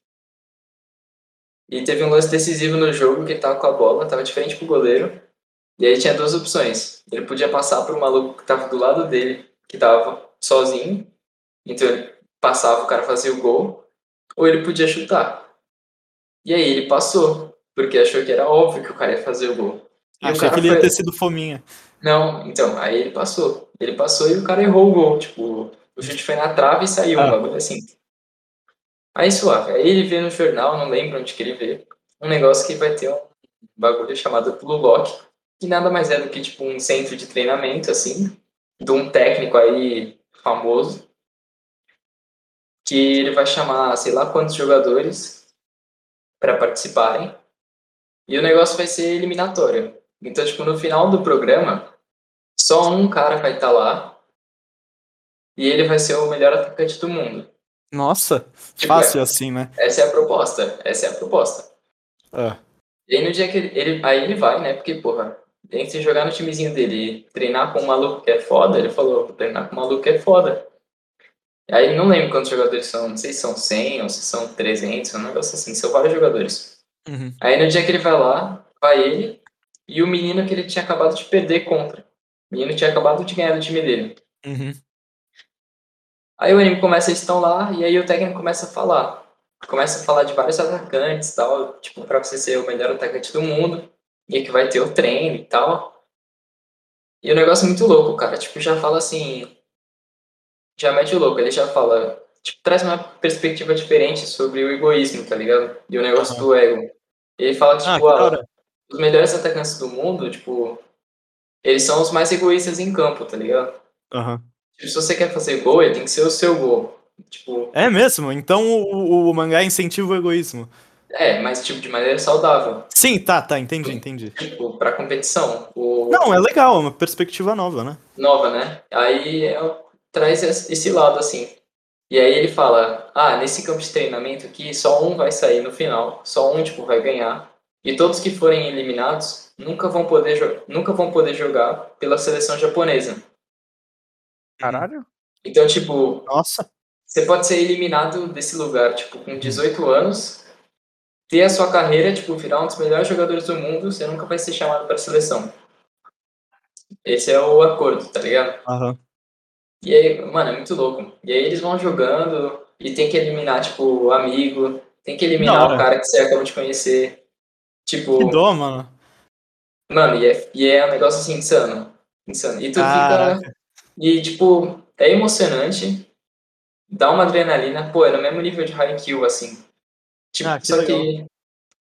E teve um lance decisivo no jogo que ele tava com a bola, tava de frente pro goleiro, e aí tinha duas opções. Ele podia passar pro maluco que tava do lado dele, que tava sozinho, então ele passava, o cara fazia o gol, ou ele podia chutar. E aí ele passou, porque achou que era óbvio que o cara ia fazer o gol. E o Achei que cara ele ia foi. ter sido fominha. Não, então, aí ele passou. Ele passou e o cara errou o gol. Tipo, o chute foi na trave e saiu, um Ah, bagulho assim. Aí suave. Aí ele vê no jornal, não lembro onde que ele vê, um negócio que vai ter um bagulho chamado Blue Lock, que nada mais é do que tipo um centro de treinamento, assim, de um técnico aí famoso, que ele vai chamar sei lá quantos jogadores para participarem. E o negócio vai ser eliminatório. Então, tipo, no final do programa, só um cara vai estar lá e ele vai ser o melhor atacante do mundo. nossa, Tipo, fácil é, assim, né? essa é a proposta. Essa é a proposta. Ah, E aí no dia que ele, ele- aí ele vai, né? Porque, porra, entre jogar no timezinho dele e treinar com um maluco que é foda, ele falou, vou treinar com um maluco que é foda. Aí não lembro quantos jogadores são, não sei se são cem ou se são trezentos, um negócio assim, são vários jogadores. uhum, Aí no dia que ele vai lá, vai ele e o menino que ele tinha acabado de perder contra. O menino tinha acabado de ganhar do time dele. uhum, Aí o anime começa, eles estão lá, e aí o técnico começa a falar. Começa a falar de vários atacantes e tal, tipo, pra você ser o melhor atacante do mundo, e que vai ter o treino e tal. E o negócio é muito louco, cara. Tipo, já fala assim. Já mete o louco. Ele já fala. Tipo, traz uma perspectiva diferente sobre o egoísmo, tá ligado? E o negócio Aham. do ego. Ele fala que, Ah, tipo, que da ah, hora. os melhores atacantes do mundo, tipo, eles são os mais egoístas em campo, tá ligado? Aham. Tipo, se você quer fazer gol, ele tem que ser o seu gol. Tipo, É mesmo? Então o, o, o mangá incentiva o egoísmo. é, mas tipo, de maneira saudável. Sim, tá, tá, entendi, entendi. Tipo, pra competição. O Não, é legal, é uma perspectiva nova, né? nova, né? Aí é, traz esse lado, assim. E aí ele fala, ah, nesse campo de treinamento aqui, só um vai sair no final, só um, tipo, vai ganhar. E todos que forem eliminados nunca vão poder, jo- nunca vão poder jogar pela seleção japonesa. Uhum. Caralho. Então, tipo, Nossa. você pode ser eliminado desse lugar, tipo, com Uhum. dezoito anos, ter a sua carreira, tipo, virar um dos melhores jogadores do mundo, você nunca vai ser chamado para a seleção. Esse é o acordo, tá ligado? Aham. E aí, mano, é muito louco. E aí eles vão jogando e tem que eliminar, tipo, o amigo, tem que Que da eliminar o hora. cara que você acabou de conhecer. Que Tipo, dó, mano. mano, e é, e é um negócio assim, insano. Insano. E tu fica. Caraca. E, tipo, é emocionante, dá uma adrenalina, pô, é no mesmo nível de Haikyuu, assim. Ah, Tipo, que só legal. que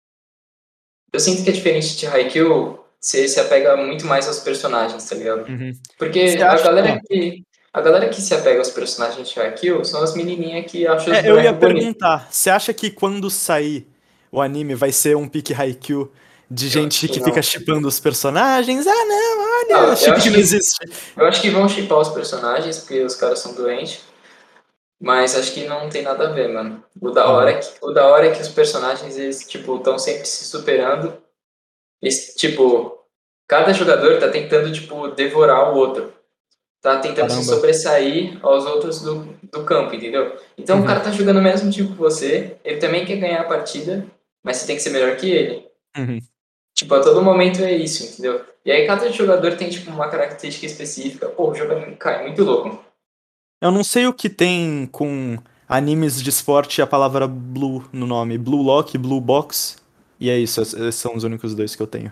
eu sinto que é diferente de Haikyuu, você se apega muito mais aos personagens, tá ligado? Uhum. Você Porque a acha. galera Ah. que. A galera que se apega aos personagens de Haikyuu são as menininhas que acham os É, eu ia bonecos bonitos. perguntar, você acha que quando sair o anime vai ser um pique Haikyuu de Eu acho gente que que fica não. shippando os personagens? Ah, não, olha, Não, eu chip que acho não que, existe. eu acho que vão shippar os personagens, porque os caras são doentes, mas acho que não tem nada a ver, mano. O da hora Aham. é que, o da hora é que os personagens, eles, tipo, estão sempre se superando. Eles, tipo, cada jogador tá tentando, tipo, devorar o outro. Tá tentando se Caramba. sobressair aos outros do, do campo, entendeu? Então o Uhum. cara tá jogando o mesmo tipo que você, ele também quer ganhar a partida, mas você tem que ser melhor que ele. Uhum. Tipo, a todo momento é isso, entendeu? E aí cada jogador tem, tipo, uma característica específica. Pô, o jogo é, cara, é muito louco. Eu não sei o que tem com animes de esporte e a palavra blue no nome. Blue Lock, Blue Box. E é isso, esses são os únicos dois que eu tenho.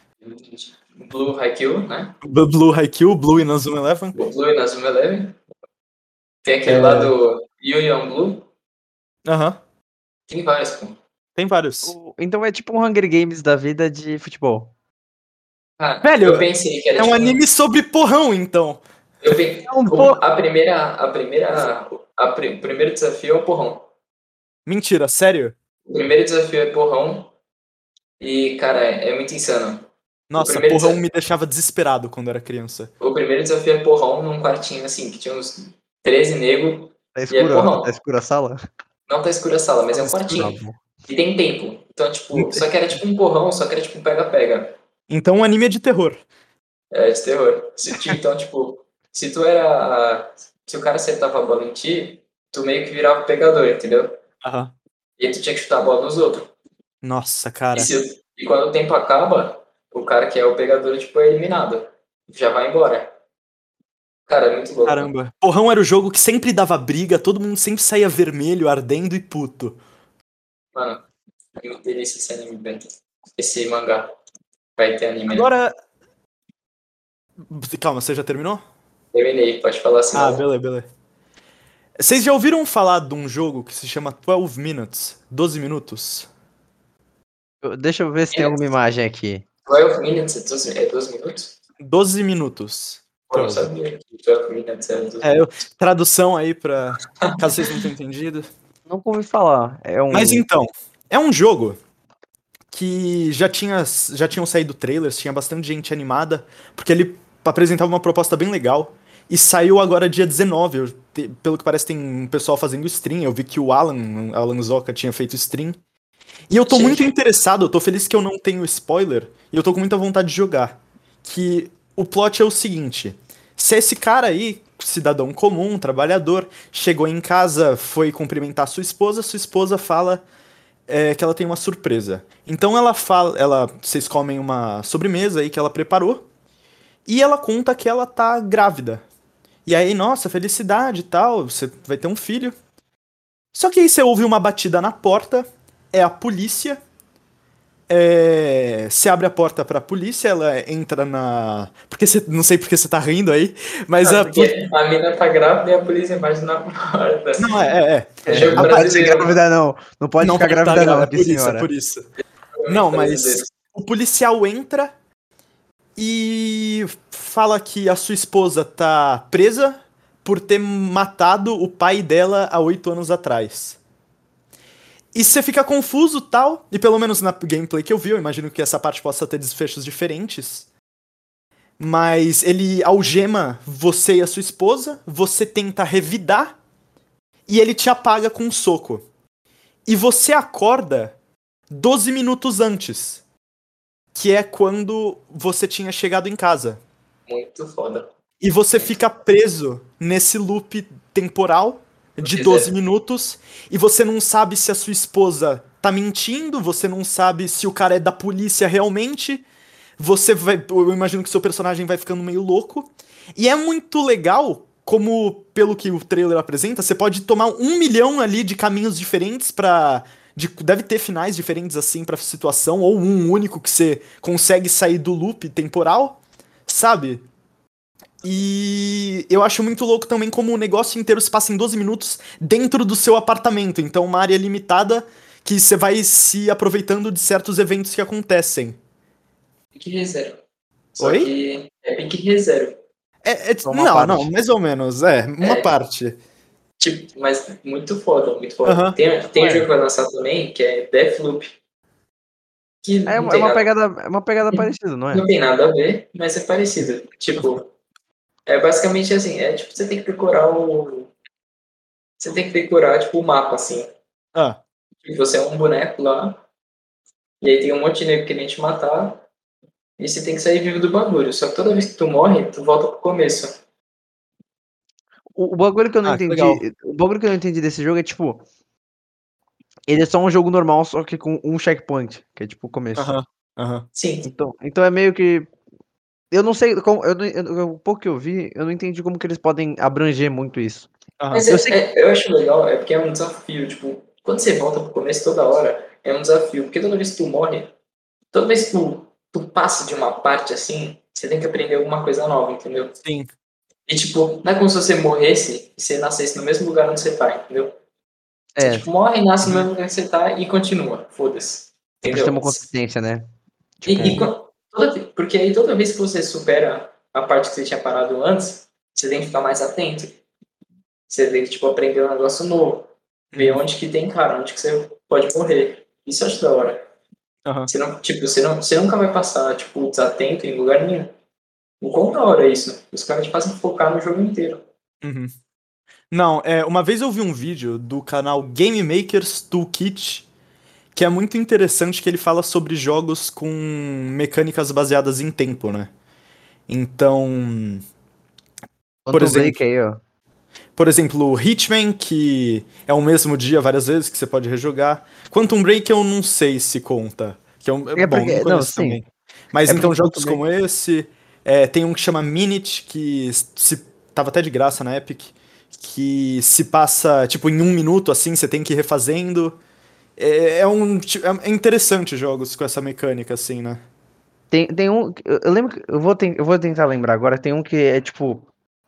Blue Haikyuu, né? B- Blue Haikyuu, Blue Inazuma Eleven. O Blue e Nazuma Eleven. Tem aquele lá É. do Yu Young Blue. Aham, Tem vários, pô. tem vários. O- Então é tipo um Hunger Games da vida de futebol. Ah, eu Velho, pensei que era é um tipo um. anime sobre porrão, então. Eu pe... É um o- pô. a primeira. A primeira. A pri- o primeiro desafio é o porrão. Mentira, sério? O primeiro desafio é porrão. E, cara, é, é muito insano. O Nossa, primeiro, porrão desa... me deixava desesperado quando era criança. o primeiro desafio é porrão num quartinho assim, que tinha uns treze negros. Tá E é escuro, a- tá porrão. escura a sala? Não tá escura a sala, mas é Tava um escuro. Ah, quartinho. bom. E tem tempo. Então, tipo, só que era tipo um porrão, só que era tipo um pega-pega. Então o anime é de terror. É, de terror. Se, ti- então, tipo, se tu era. Se o cara acertava a bola em ti, tu meio que virava o pegador, entendeu? Aham. E aí tu tinha que chutar a bola nos outros. Nossa, E, cara. se, e quando o tempo acaba, o cara que é o pegador, tipo, é eliminado. Já vai embora. Cara, é muito louco. Caramba. Porrão era o jogo que sempre dava briga, todo mundo sempre saía vermelho, ardendo e puto. Mano, é muito delícia esse anime, velho. Esse mangá. Vai ter anime, né? Agora. Calma, você já terminou? Terminei, pode falar assim, Ah, não. beleza, beleza. Vocês já ouviram falar de um jogo que se chama doze Minutes? doze minutos? Eu- Deixa eu ver se tem alguma imagem aqui. doze minutes, é doze, é doze minutos? doze minutos. Pô, não doze. sabia que doze minutes era doze É, eu, minutos. tradução aí pra. Caso vocês não tenham entendido. Nunca ouvi falar. É Mas um. então, é um jogo que já tinha já tinham saído trailers, tinha bastante gente animada, porque ele apresentava uma proposta bem legal. E saiu agora dia dezenove. Eu te- pelo que parece, tem um pessoal fazendo stream. Eu vi que o Alan, Alan Zoka tinha feito stream. E eu tô muito Gente, interessado, eu tô feliz que eu não tenho spoiler, e eu tô com muita vontade de jogar. Que o plot é o seguinte: se esse cara aí, cidadão comum, trabalhador, chegou em casa, foi cumprimentar sua esposa, sua esposa fala é, que ela tem uma surpresa. Então ela fala, ela, vocês comem uma sobremesa aí que ela preparou, e ela conta que ela tá grávida. E aí, nossa, felicidade e tal, você vai ter um filho. Só que aí você ouve uma batida na porta, é a polícia, é, você abre a porta pra polícia, ela entra na. Porque você, não sei porque você tá rindo aí, mas Ah, a. porque a mina tá grávida e a polícia embaixo na porta. Não, é, é, é. É jogo Não pode ser brasileiro. grávida, não. Não pode Não ficar pode estar grávida, não, grávida, é aqui, por isso, é senhora. por isso. Jogo Não, mas brasileiro. o policial entra e fala que a sua esposa tá presa por ter matado o pai dela há oito anos atrás. E você fica confuso tal, e pelo menos na gameplay que eu vi, eu imagino que essa parte possa ter desfechos diferentes. Mas ele algema você e a sua esposa, você tenta revidar, e ele te apaga com um soco. E você acorda doze minutos antes, que é quando você tinha chegado em casa. Muito foda. E você fica preso nesse loop temporal de doze minutos, e você não sabe se a sua esposa tá mentindo, você não sabe se o cara é da polícia realmente. Você vai, eu imagino que seu personagem vai ficando meio louco. E é muito legal como, pelo que o trailer apresenta, você pode tomar um milhão ali de caminhos diferentes pra... De, deve ter finais diferentes assim pra situação, ou um único que você consegue sair do loop temporal, sabe? E eu acho muito louco também como o negócio inteiro se passa em doze minutos dentro do seu apartamento. Então, uma área limitada que você vai se aproveitando de certos eventos que acontecem. Pique reserva. Só Oi? que é pique reserva. É, é- Só uma não, parte. não, mais ou menos, é, uma É. parte. Tipo, mas muito foda, muito foda. Aham. Tem, tem um Ué. jogo que vai lançar também, que é Deathloop. Que É, não uma- é tem uma nada, pegada, é uma pegada parecida, não é? não tem nada a ver, mas é parecido. Tipo, é basicamente assim, é tipo, você tem que decorar o... Você tem que decorar, tipo, o mapa, assim. Ah, Tipo, você é um boneco lá, e aí tem um monte de nego querendo te matar, e você tem que sair vivo do bagulho. Só que toda vez que tu morre, tu volta pro começo. O, o bagulho que eu não ah, que legal. entendi. O bagulho que eu não entendi desse jogo é tipo. Ele é só um jogo normal, só que com um checkpoint, que é tipo o começo. Aham, aham. Sim, Então, então é meio que. Eu não sei como. Eu, não- eu, eu- o pouco que eu vi, eu não entendi como que eles podem abranger muito isso. Aham. mas Eu é, sei que. é- eu acho legal, é porque é um desafio. Tipo, quando você volta pro começo toda hora, é um desafio. Porque toda vez que tu morre, toda vez que tu, tu passa de uma parte assim, você tem que aprender alguma coisa nova, entendeu? Sim. E tipo, não é como se você morresse e você nascesse no mesmo lugar onde você tá, entendeu? Você É, tipo, morre, nasce no Uhum. mesmo lugar que você tá e continua. Foda-se. pra ter uma Entendeu? consistência, né? E, Tipo. e quan- toda, ve- porque aí toda vez que você supera a parte que você tinha parado antes, você tem que ficar mais atento. Você tem que tipo, aprender um negócio novo. Ver Uhum. onde que tem cara, onde que você pode morrer. Isso eu acho da hora. Aham. Você, não, tipo, você, não, você nunca vai passar tipo, desatento em lugar nenhum. O quão da hora é isso? Os caras te fazem focar no jogo inteiro. Uhum. Não, é, uma vez eu vi um vídeo do canal Game Makers Toolkit, que é muito interessante, que ele fala sobre jogos com mecânicas baseadas em tempo, né? Então, por Quantum exemplo, Break aí, ó. por exemplo, o Hitman, que é o mesmo dia várias vezes, que você pode rejogar. Quantum Break eu não sei se conta. Que é um, É bom, não porque. Não, conheço sim. também. Mas É então porque jogos Quantum Break. como esse, é, tem um que chama Minute, que se tava até de graça na Epic, que se passa tipo em um minuto assim, você tem que ir refazendo. É, é um ti- é interessante jogos com essa mecânica assim, né? Tem, tem um. Eu eu lembro que. Eu vou, ten- eu vou tentar lembrar agora. Tem um que é tipo.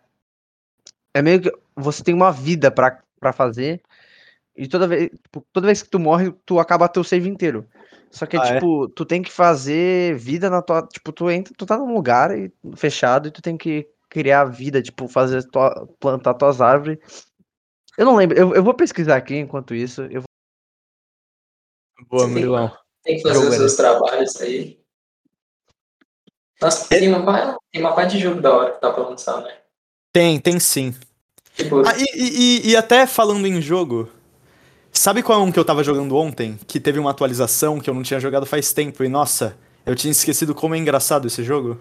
É meio que você tem uma vida pra, pra fazer. E toda vez, tipo, toda vez que tu morre, tu acaba teu save inteiro. Só que é Ah, é? tipo, tu tem que fazer vida na tua. Tipo, tu entra, tu tá num lugar e- fechado e tu tem que criar vida, tipo, fazer tua, plantar tuas árvores. Eu não lembro, eu, eu vou pesquisar aqui enquanto isso. Eu vou... Boa, Você tem, Murilão. tem que Que fazer jogo os era seus esse? trabalhos aí. Nossa, É, tem uma, pa- tem uma parte de jogo da hora que tá pra lançar, né? tem, tem sim. Ah, Tipo, e, e- e até falando em jogo, sabe qual é um que eu tava jogando ontem? Que teve uma atualização que eu não tinha jogado faz tempo e nossa, eu tinha esquecido como é engraçado esse jogo?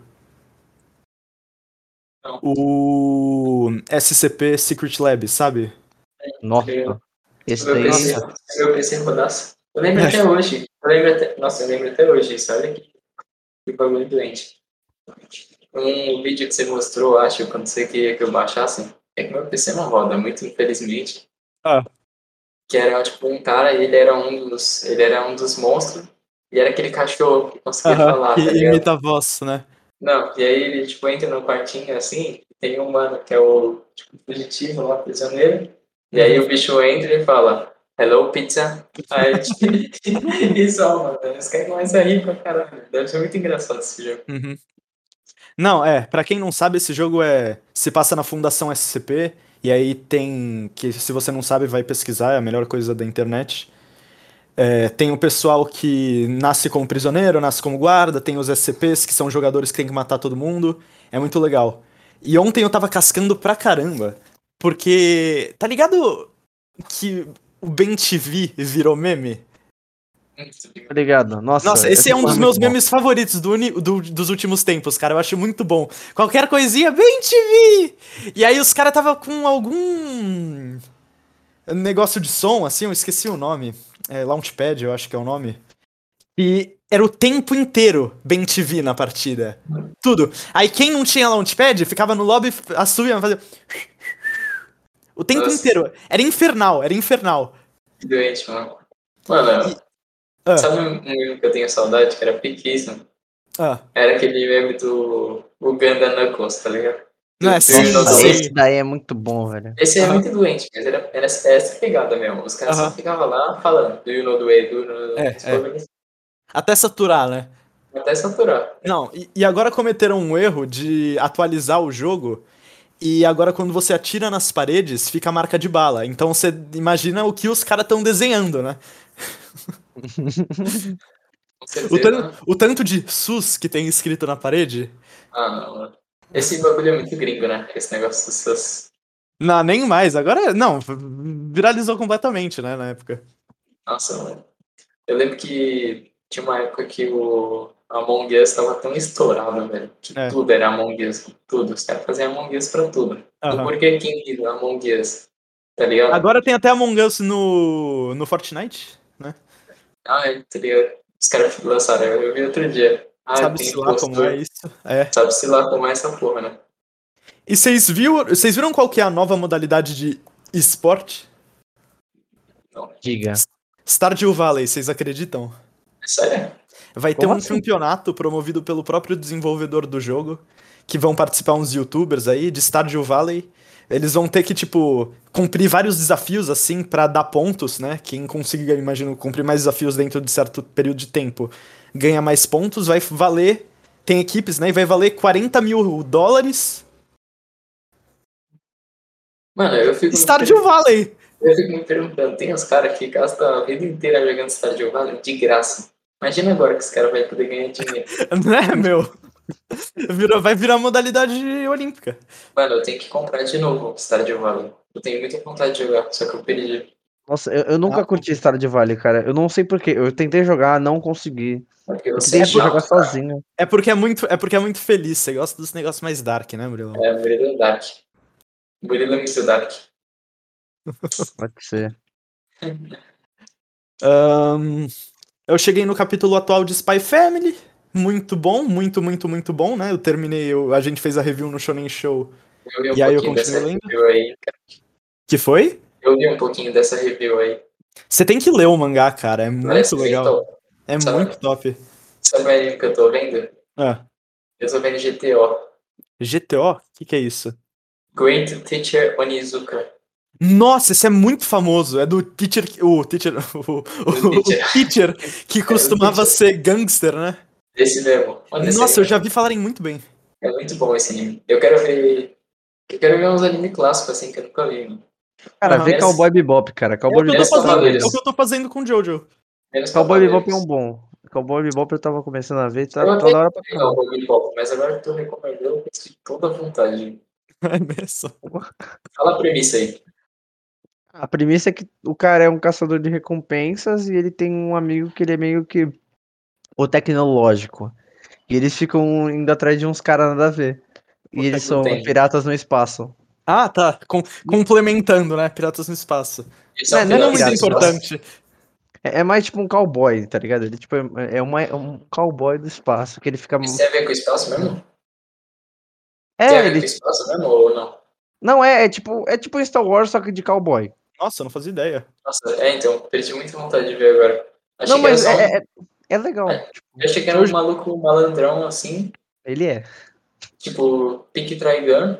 não, O S C P Secret Lab, sabe? eu- Nossa, se esse meu daí. P C, Nossa. se meu P C rodasse. Eu lembro até hoje. Eu lembro até, nossa, eu lembro até hoje isso. Olha que, que bagulho doente. Um vídeo que você mostrou, acho, quando você queria que eu baixasse, é que meu P C não roda, muito infelizmente. Ah, Que era tipo um cara, ele era um dos, ele era um dos monstros, E era aquele cachorro que conseguia Aham, falar, que tá ligado? imita a voz, né? Não, e aí ele, tipo, entra no quartinho assim, tem um mano que é o, tipo, fugitivo lá, prisioneiro, e aí Uhum. o bicho entra e fala, hello, pizza. Aí, tipo, e só, mano, os caras começam a rir pra caralho. Deve ser muito engraçado esse jogo. Uhum. Não, é, pra quem não sabe, esse jogo é se passa na Fundação S C P, e aí tem, que se você não sabe, vai pesquisar, é a melhor coisa da internet. É, tem o pessoal que nasce como prisioneiro, nasce como guarda, tem os S C Ps, que são jogadores que tem que matar todo mundo. É muito legal. E ontem eu tava cascando pra caramba, porque tá ligado que o Ben T V virou meme? Obrigado. Nossa, Nossa, esse essa é um porra dos é muito meus bom. memes favoritos do, uni- do- dos últimos tempos, cara. Eu acho muito bom. Qualquer coisinha, Ben T V! E aí os caras tava com algum negócio de som, assim, eu esqueci o nome. É, Launchpad, eu acho que é o nome. E era o tempo inteiro Ben T V na partida. Tudo. Aí quem não tinha Launchpad ficava no lobby, a subia, fazia. O tempo Nossa, inteiro. Era infernal, era infernal. que doente, mano. Mano, E. Ah, sabe um meme que eu tenho saudade, que era piquíssimo? ah. Era aquele meme do Uganda Knuckles, tá ligado? Não é? Do, do You Know Sim, The Nossa, Way. esse sim. daí é muito bom, velho. Esse é Aham, muito doente, mas era, era essa pegada mesmo. Os caras só aham. ficavam lá falando do You Know The Way, do You Know The Way. Esse É, é. bagulho Até saturar, né? até saturar. Não, e, e agora cometeram um erro de atualizar o jogo. E agora quando você atira nas paredes, fica a marca de bala. Então você imagina o que os caras estão desenhando, né? Com O, tan certeza. o tanto de SUS que tem escrito na parede. Ah, não, mano. Esse bagulho é muito gringo, né? Esse negócio dessas. Não, nem mais. Agora, não, viralizou completamente, né, na época. Nossa, mano. Eu lembro que tinha uma época que o Among Us tava tão estourado, velho, que É, tudo era Among Us, tudo. Os caras faziam Among Us pra tudo. Do aham. Burger King do Among Us, tá ligado? Agora tem até Among Us no, no Fortnite, né? Ah, é, tá ligado? Os caras lançaram, eu vi outro dia. Ah, tem Sabe-se lá como é impostor. isso. É. Sabe-se lá como é essa porra, né? E vocês viu, vocês viram qual que é a nova modalidade de esporte? Não, Diga. Stardew Valley, vocês acreditam? é sério? Vai ter Como um assim? campeonato promovido pelo próprio desenvolvedor do jogo, que vão participar uns youtubers aí de Stardew Valley. Eles vão ter que, tipo, cumprir vários desafios, assim, pra dar pontos, né? Quem consiga, imagino, cumprir mais desafios dentro de certo período de tempo ganha mais pontos, vai valer. Tem equipes, né? E vai valer quarenta mil dólares. Mano, eu fico, me Stardew per- Valley! eu fico me perguntando, tem uns caras que gastam a vida inteira jogando Stardew Valley de graça. Imagina agora que os caras vão poder ganhar dinheiro. Né, meu? Vira- vai virar modalidade olímpica. Mano, eu tenho que comprar de novo o Stardew Valley. Eu tenho muita vontade de jogar, só que eu perdi. Nossa, eu, eu Ah, nunca curti Stardew Valley, cara. Eu não sei porquê. Eu tentei jogar, não consegui. Porque Eu você tentei é tipo, jogar chato, cara. sozinho. É porque é muito, é porque é muito feliz. Você gosta dos negócios mais dark, né, Murilo? É, Murilo Dark. Murilo é muito Dark. Pode ser. Ahn, eu cheguei no capítulo atual de Spy Family. Muito bom, muito, muito, muito bom, né? Eu terminei, eu- a gente fez a review no Shonen Show. Eu vi um E aí eu pouquinho dessa continuei lendo. review aí. Que foi? Eu vi um pouquinho dessa review aí. Você tem que ler o mangá, cara. É Parece muito bem legal. top. É Sabe, muito top. sabe o anime que eu tô vendo? Ah, Eu tô vendo G T O. G T O? O que, que é isso? Great Teacher Onizuka. Nossa, esse é muito famoso. É do teacher. O teacher. O, o- o teacher. teacher que costumava teacher. ser gangster, né? Esse mesmo. Mano, esse Nossa, eu anime já vi falarem muito bem. é muito bom esse anime. Eu quero ver. Eu quero ver uns animes clássicos assim que eu nunca vi, mano. Cara, Aham. vê Menos, Cowboy Bebop, cara. É o Cowboy que eu tô Bebop menos é fazendo, maneiro. é o que eu tô fazendo com o Jojo. menos Cowboy Bebop é Cavaleiros. um bom. Cowboy Bebop eu tava começando a ver, tá, Eu tá até da hora pra ia pegar o caramba. Bobby Pop, mas agora que tu recomendou, eu pensei de toda a vontade. É mesmo. Fala a premissa aí. A premissa é que o cara é um caçador de recompensas e ele tem um amigo que ele é meio que o tecnológico. E eles ficam indo atrás de uns caras nada a ver. O E eles tec- são Entende? piratas no espaço. Ah, tá. Com- complementando, né? Piratas no Espaço. Eles Não, são é- não é Não piratas muito do pirata, espaço. importante. É, é mais tipo um cowboy, tá ligado? Ele tipo, é, é, uma, é um cowboy do espaço, que ele fica. Isso tem a ver com o espaço mesmo? Tem a É, ver com o ele. espaço mesmo ou não? Não, é, é tipo. É tipo Star Wars, só que de cowboy. Nossa, eu não fazia ideia. Nossa, é, então, perdi muita vontade de ver agora. Achei Não, que era mas só um. é, é, É legal. É. Tipo, Eu achei que era um maluco malandrão, assim, ele é. tipo, pique Trigun.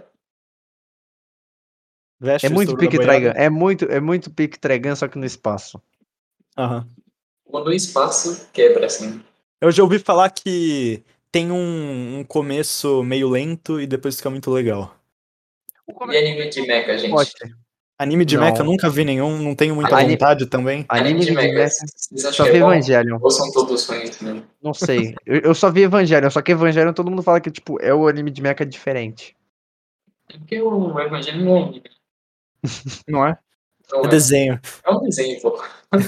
Veste É o muito estouro da pique Trigun. boiada. É muito, é muito pique Trigun, só que no espaço. Aham. Quando o espaço quebra, assim. Eu já ouvi falar que tem um, um começo meio lento e depois fica muito legal. E anime de mecha, Pode. gente? Anime de mecha, eu Não. nunca vi nenhum, não tenho muita Ani- vontade também. Anime Anime de de mecha, mecha. vocês acham Só que vi é bom? Evangelion. Ou são todos ruins mesmo? Não sei. Eu, eu só vi Evangelion, só que Evangelion todo mundo fala que, tipo, é o anime de mecha diferente. É porque o Evangelho não é anime. Não é? Não É é. desenho. É um desenho, pô.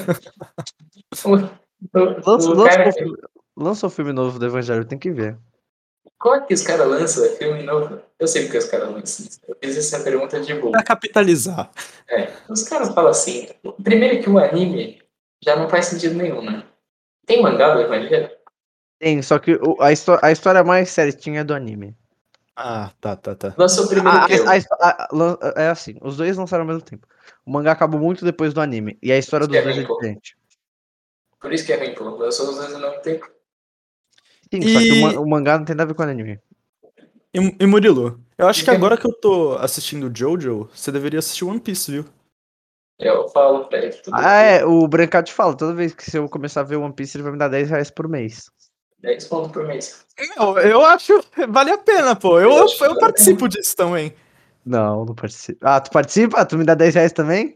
o, Lança, o, o lança, cara... o filme, lança o filme novo do Evangelho, tem que ver. Como é que os caras lançam filme novo? Eu sei porque os caras lançam. Eu fiz essa pergunta de boa. Pra capitalizar. É, os caras falam assim, primeiro que o anime já não faz sentido nenhum, né? Tem mangá do Evangelho? Tem, só que o- a, histó- a história mais certinha é do anime. Ah, tá, tá, tá. Lançou primeiro A- que eu. a- a- a- lan- é assim, os dois lançaram ao mesmo tempo. O mangá acabou muito depois do anime, e a história Isso que é dos dois é ruim, pô. diferente. Por isso que é ruim, pô. Lançou os dois ao mesmo tempo. Sim, só que o, ma- E, o mangá não tem nada a ver com o anime. e, e Murilo, eu acho que Fica- agora que eu tô assistindo Jojo, você deveria assistir One Piece, viu? Eu falo pra ele tudo. Ah, é, o Brancate fala, toda vez que se eu começar a ver One Piece, ele vai me dar dez reais por mês. dez pontos por mês. Eu, eu acho, vale a pena, pô. Eu, Eu eu, acho que eu vale a participo disso também. Não, não participo. Ah, tu participa? Tu me dá dez reais também?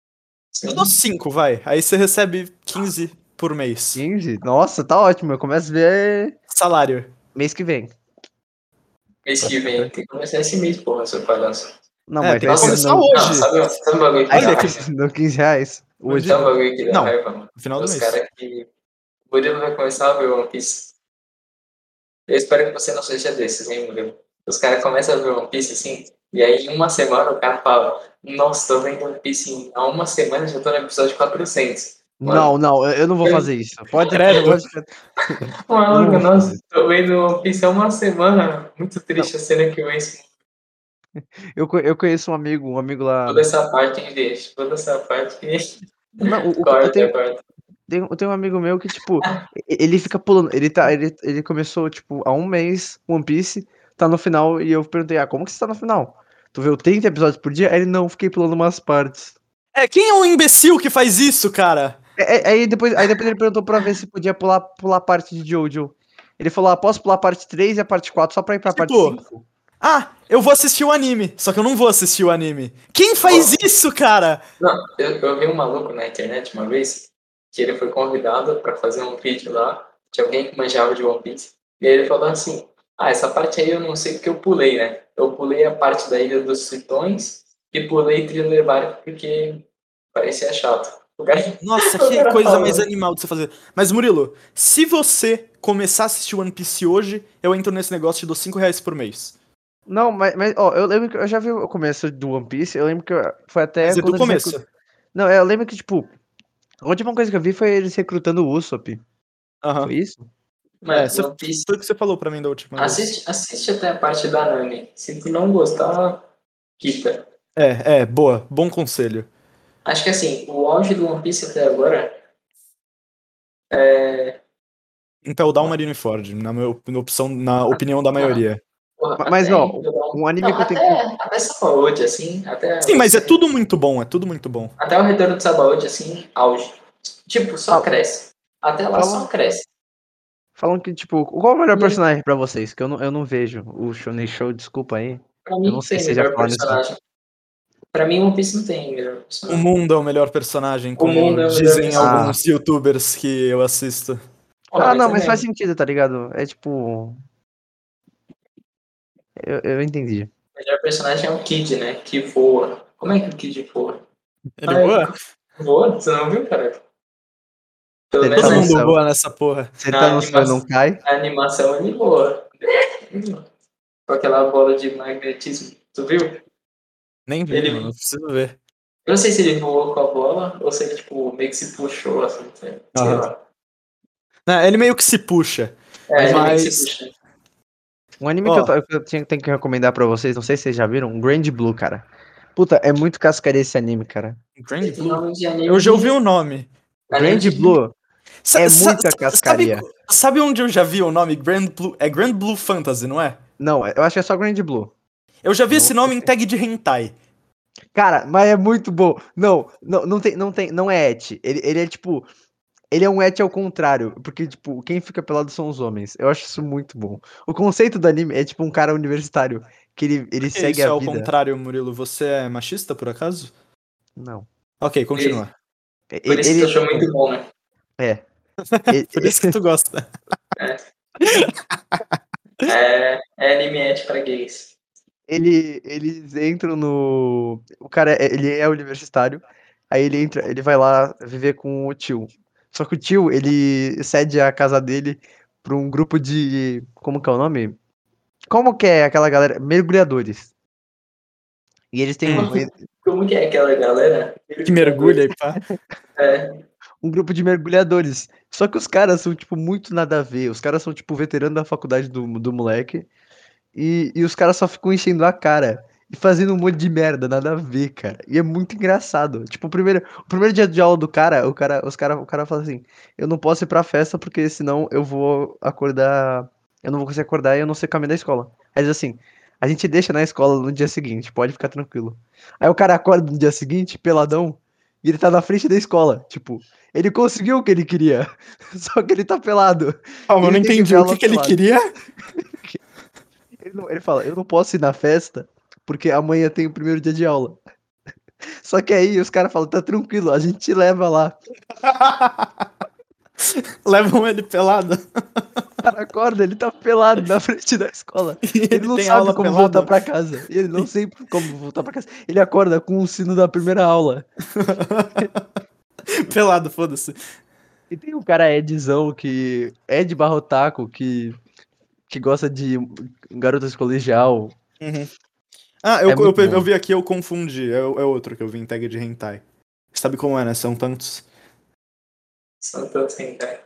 Eu dou cinco, vai. Aí você recebe quinze por mês. quinze? Nossa, tá ótimo. Eu começo a ver Salário. mês que vem. Mês que vem. Tem que começar esse mês, porra, seu palhaço. Não, É, mas tem aí que você começar não. Não, hoje. sabe, sabe um bagulho que Aí dá Olha você que- raiva? deu quinze reais hoje. Sabe um bagulho que dá Não, raiva, mano? no final do Os mês. caras que... O Murilo vai começar a ver One Piece. Eu espero que você não seja desses, hein, Murilo? Os caras começam a ver One Piece assim, e aí em uma semana o cara fala: Nossa, tô vendo One Piece há uma semana já tô no episódio quatrocentos. Mano, Não, não, eu eu não vou fazer isso. Pode Credo. pode- maluco, não vou nossa, fazer. tô vendo One Piece há uma semana. Muito triste a cena que eu vejo. Eu, co- eu conheço um amigo, um amigo lá. Toda essa parte, hein, gente? Toda essa parte que. Não, o, o que- eu Corta, tenho, corta. tenho, eu tenho um amigo meu que, tipo, e- ele fica pulando. Ele, tá, ele, ele começou, tipo, há um mês One Piece, tá no final, e eu perguntei, ah, como que você tá no final? Tu viu trinta episódios por dia? Aí ele não, fiquei pulando umas partes. É, quem é o imbecil que faz isso, cara? É, é, Aí depois, aí depois ele perguntou pra ver se podia pular, pular a parte de Jojo. Ele falou, ah, posso pular a parte três e a parte quatro só pra ir pra parte Tipo, cinco? ah, eu vou assistir o anime. Só que eu não vou assistir o anime. Quem faz isso, cara? Não, eu, eu vi um maluco na internet uma vez que ele foi convidado pra fazer um vídeo lá de alguém que manjava de One Piece. E aí ele falou assim: Ah, essa parte aí eu não sei porque eu pulei, né? Eu pulei a parte da Ilha dos Tritões e pulei Thriller Bark porque parecia chato. O cara, Nossa, o que cara coisa falou. mais animal de você fazer. Mas, Murilo, se você começar a assistir One Piece hoje, eu entro nesse negócio e te dou cinco reais por mês. Não, mas, mas ó, eu lembro que eu já vi o começo do One Piece, eu lembro que eu- foi até Mas é do quando eles começo. recru- Não, é, eu lembro que, tipo, a última coisa que eu vi foi eles recrutando o Usopp. Aham. Foi isso? Mano, É, você- One Piece, foi o que você falou pra mim da última vez. assiste, assiste até a parte da Nami. Se tu não gostar, quita. É, é, boa. Bom conselho. Acho que assim, o auge do One Piece até agora é. Impel Down, Marineford, na, meu, na, opção, na opinião da maioria. Porra, Mas, até ó, Impel Down- um anime não, que eu tenho até, até Sabaody, assim, até. Sim, mas é tudo muito bom, é tudo muito bom. Até o retorno de Sabaody, assim, auge. Tipo, só Fala- cresce. Até lá fala- só cresce. Falando que, tipo, qual é o melhor E- personagem pra vocês? Que eu não, eu não vejo o Shonen Show, desculpa aí. Pra Eu mim não não sei tem se já melhor falaram isso. personagem. Pra mim, One Piece não tem melhor O personagem. mundo é o melhor personagem, como mundo é o melhor dizem personagem. alguns youtubers que eu assisto. Pô, Ah, não, mas também. faz sentido, tá ligado? É tipo. Eu, eu entendi. O melhor personagem é o Kid, né? Que voa. Como é que o Kid voa? Ele Ai, voa? Voa? Você não viu, cara? Pelo Ele menos Todo tá no mundo céu. voa nessa porra. Se ele Na tá no céu e animação- não cai. a animação ele voa. Com aquela bola de magnetismo. Tu viu? Nem vi, Ele- mano, preciso ver. Eu não sei se ele voou com a bola ou se ele, tipo, meio que se puxou, assim, sei Aham. lá. Não, ele meio que se puxa. É, ele meio que Mas- se puxa. Um anime Ó. que eu, to- que eu tinha, tenho que recomendar pra vocês, não sei se vocês já viram, um Grand Blue, cara. Puta, é muito cascaria esse anime, cara. Grand Esse Blue? nome de anime Eu já de- ouvi o nome. anime Grand de- Blue Sa- É sa- muita sa- cascaria. Sabe, sabe onde eu já vi o nome Grand Blue? É Grand Blue Fantasy, não é? Não, eu acho que é só Grand Blue. Eu já vi Não esse nome em sei. tag de hentai. Cara, mas é muito bom. Não, não, não tem, não tem, não é et. Ele, ele é tipo, ele é um et ao contrário, porque tipo, quem fica pelado são os homens. Eu acho isso muito bom. O conceito do anime é tipo um cara universitário que ele, ele Que segue isso é a ao vida. contrário, Murilo? Você é machista, por acaso? Não. Ok, continua. E- Por isso que Ele tu achou muito bom, né? é, ele- Por isso que tu gosta. É, é anime pra gays. ele, eles entram no, o cara, é- ele é universitário, aí ele entra, ele vai lá viver com o tio. Só que o tio, ele cede a casa dele pra um grupo de, como que é o nome? Como que é aquela galera? Mergulhadores. E eles têm um, Como que é aquela galera? Que mergulha e pá. É, um grupo de mergulhadores. Só que os caras são, tipo, muito nada a ver. Os caras são, tipo, veterano da faculdade do, do moleque. E, e os caras só ficam enchendo a cara. E fazendo um monte de merda, nada a ver, cara. E é muito engraçado. Tipo, o primeiro, o primeiro dia de aula do cara, o cara, os cara, o cara fala assim: eu não posso ir pra festa porque senão eu vou acordar. Eu não vou conseguir acordar e eu não sei o caminho da escola. Aí diz assim: a gente deixa na escola no dia seguinte, pode ficar tranquilo. Aí o cara acorda no dia seguinte, peladão, e ele tá na frente da escola. Tipo, ele conseguiu o que ele queria. Só que ele tá pelado. Calma, E eu ele não tem que ir entendi. pra O que, aula que ele pelado. queria? Ele, não- ele fala, eu não posso ir na festa porque amanhã tem o primeiro dia de aula. Só que aí os caras falam, tá tranquilo, a gente te leva lá. Levam ele pelado. O cara acorda, ele tá pelado na frente da escola. E Ele ele não tem sabe aula como pelado. voltar pra casa. E ele não sabe como voltar pra casa. Ele acorda com o sino da primeira aula. Pelado, foda-se. E tem um cara Edzão que é de Barrotaco, que, que gosta de garotas colegial. Uhum. Ah, eu, É eu, muito eu bom. vi aqui, eu confundi. É, é outro que eu vi em tag de hentai. Sabe como é, né? São tantos. são todos hentai.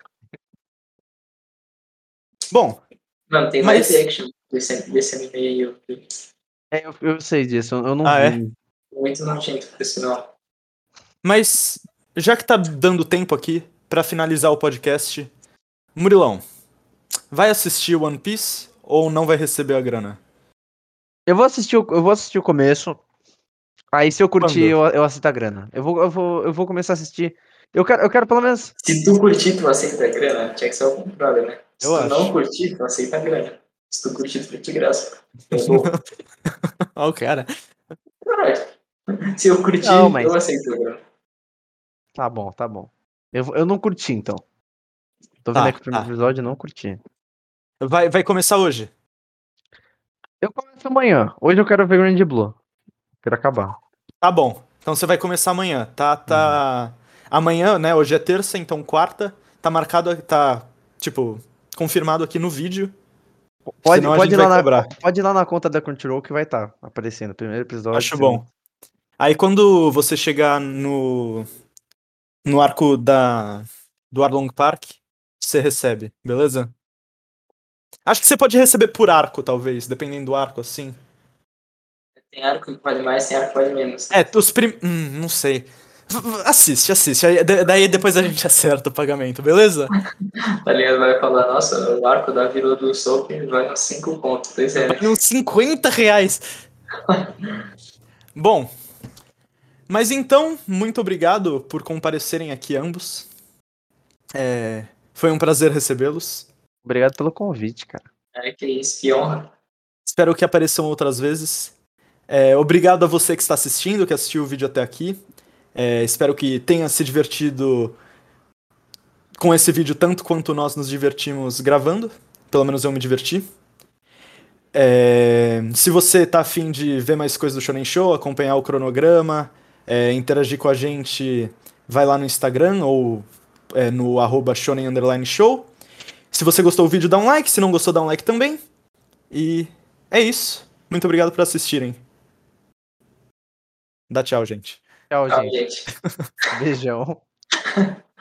Bom, Mano, tem mas. live action desse, desse anime aí. Eu vi. É, eu, eu sei disso, eu não Ah, é? vi. Muito nojento, por sinal. Mas, já que tá dando tempo aqui pra finalizar o podcast, Murilão, vai assistir One Piece ou não vai receber a grana? Eu vou assistir o, eu vou assistir o começo. Aí se eu curtir, Quando? eu, eu aceito a grana. Eu vou, eu vou, eu vou começar a assistir. Eu quero, eu quero pelo menos. Se tu curtir, tu aceita a grana. Tinha que ser o contrário, né? Se Eu tu não acho. curtir, tu aceita a grana. Se tu curtir, tu fica de graça. Eu dou. Ó, o cara. Caralho. Se eu curtir, Não, mas. eu aceito a grana. Tá bom, tá bom. Eu, vou- eu não curti, então. Tô vendo Tá, aqui o primeiro tá. episódio e não curti. Vai, vai começar hoje. Eu começo amanhã. Hoje eu quero ver Grand Blue. Quero acabar. Tá bom. Então você vai começar amanhã. Tá, tá. Amanhã, né? Hoje é terça, então quarta. Tá marcado, tá, tipo, confirmado aqui no vídeo. Pode, Senão a pode, gente ir lá vai na, cobrar. pode ir lá na conta da Crunchyroll que vai estar aparecendo. Primeiro episódio, Acho segundo. bom. Aí quando você chegar no, no arco da, do Arlong Park, você recebe, beleza? Acho que você pode receber por arco, talvez, dependendo do arco, assim. Tem arco que vale mais, tem arco que vale menos. É, os prim... Hum, não sei. V- v- Assiste, assiste. Aí, da- daí depois a gente acerta o pagamento, beleza? Tá ligado? Vai falar, nossa, o arco da Vila do Soap vai uns cinco pontos. Pois é. Vai uns cinquenta reais. Bom, mas então, muito obrigado por comparecerem aqui ambos. É, foi um prazer recebê-los. Obrigado pelo convite, cara. É que isso, que honra. Espero que apareçam outras vezes. É, obrigado a você que está assistindo, que assistiu o vídeo até aqui. É, espero que tenha se divertido com esse vídeo tanto quanto nós nos divertimos gravando. Pelo menos eu me diverti. É, se você tá afim de ver mais coisas do Shonen Show, acompanhar o cronograma, é, interagir com a gente, vai lá no Instagram ou é, no arroba shonen underline show. Se você gostou do vídeo, dá um like. Se não gostou, dá um like também. E é isso. Muito obrigado por assistirem. Dá tchau, gente. Tchau, Tchau, gente. gente. Beijão.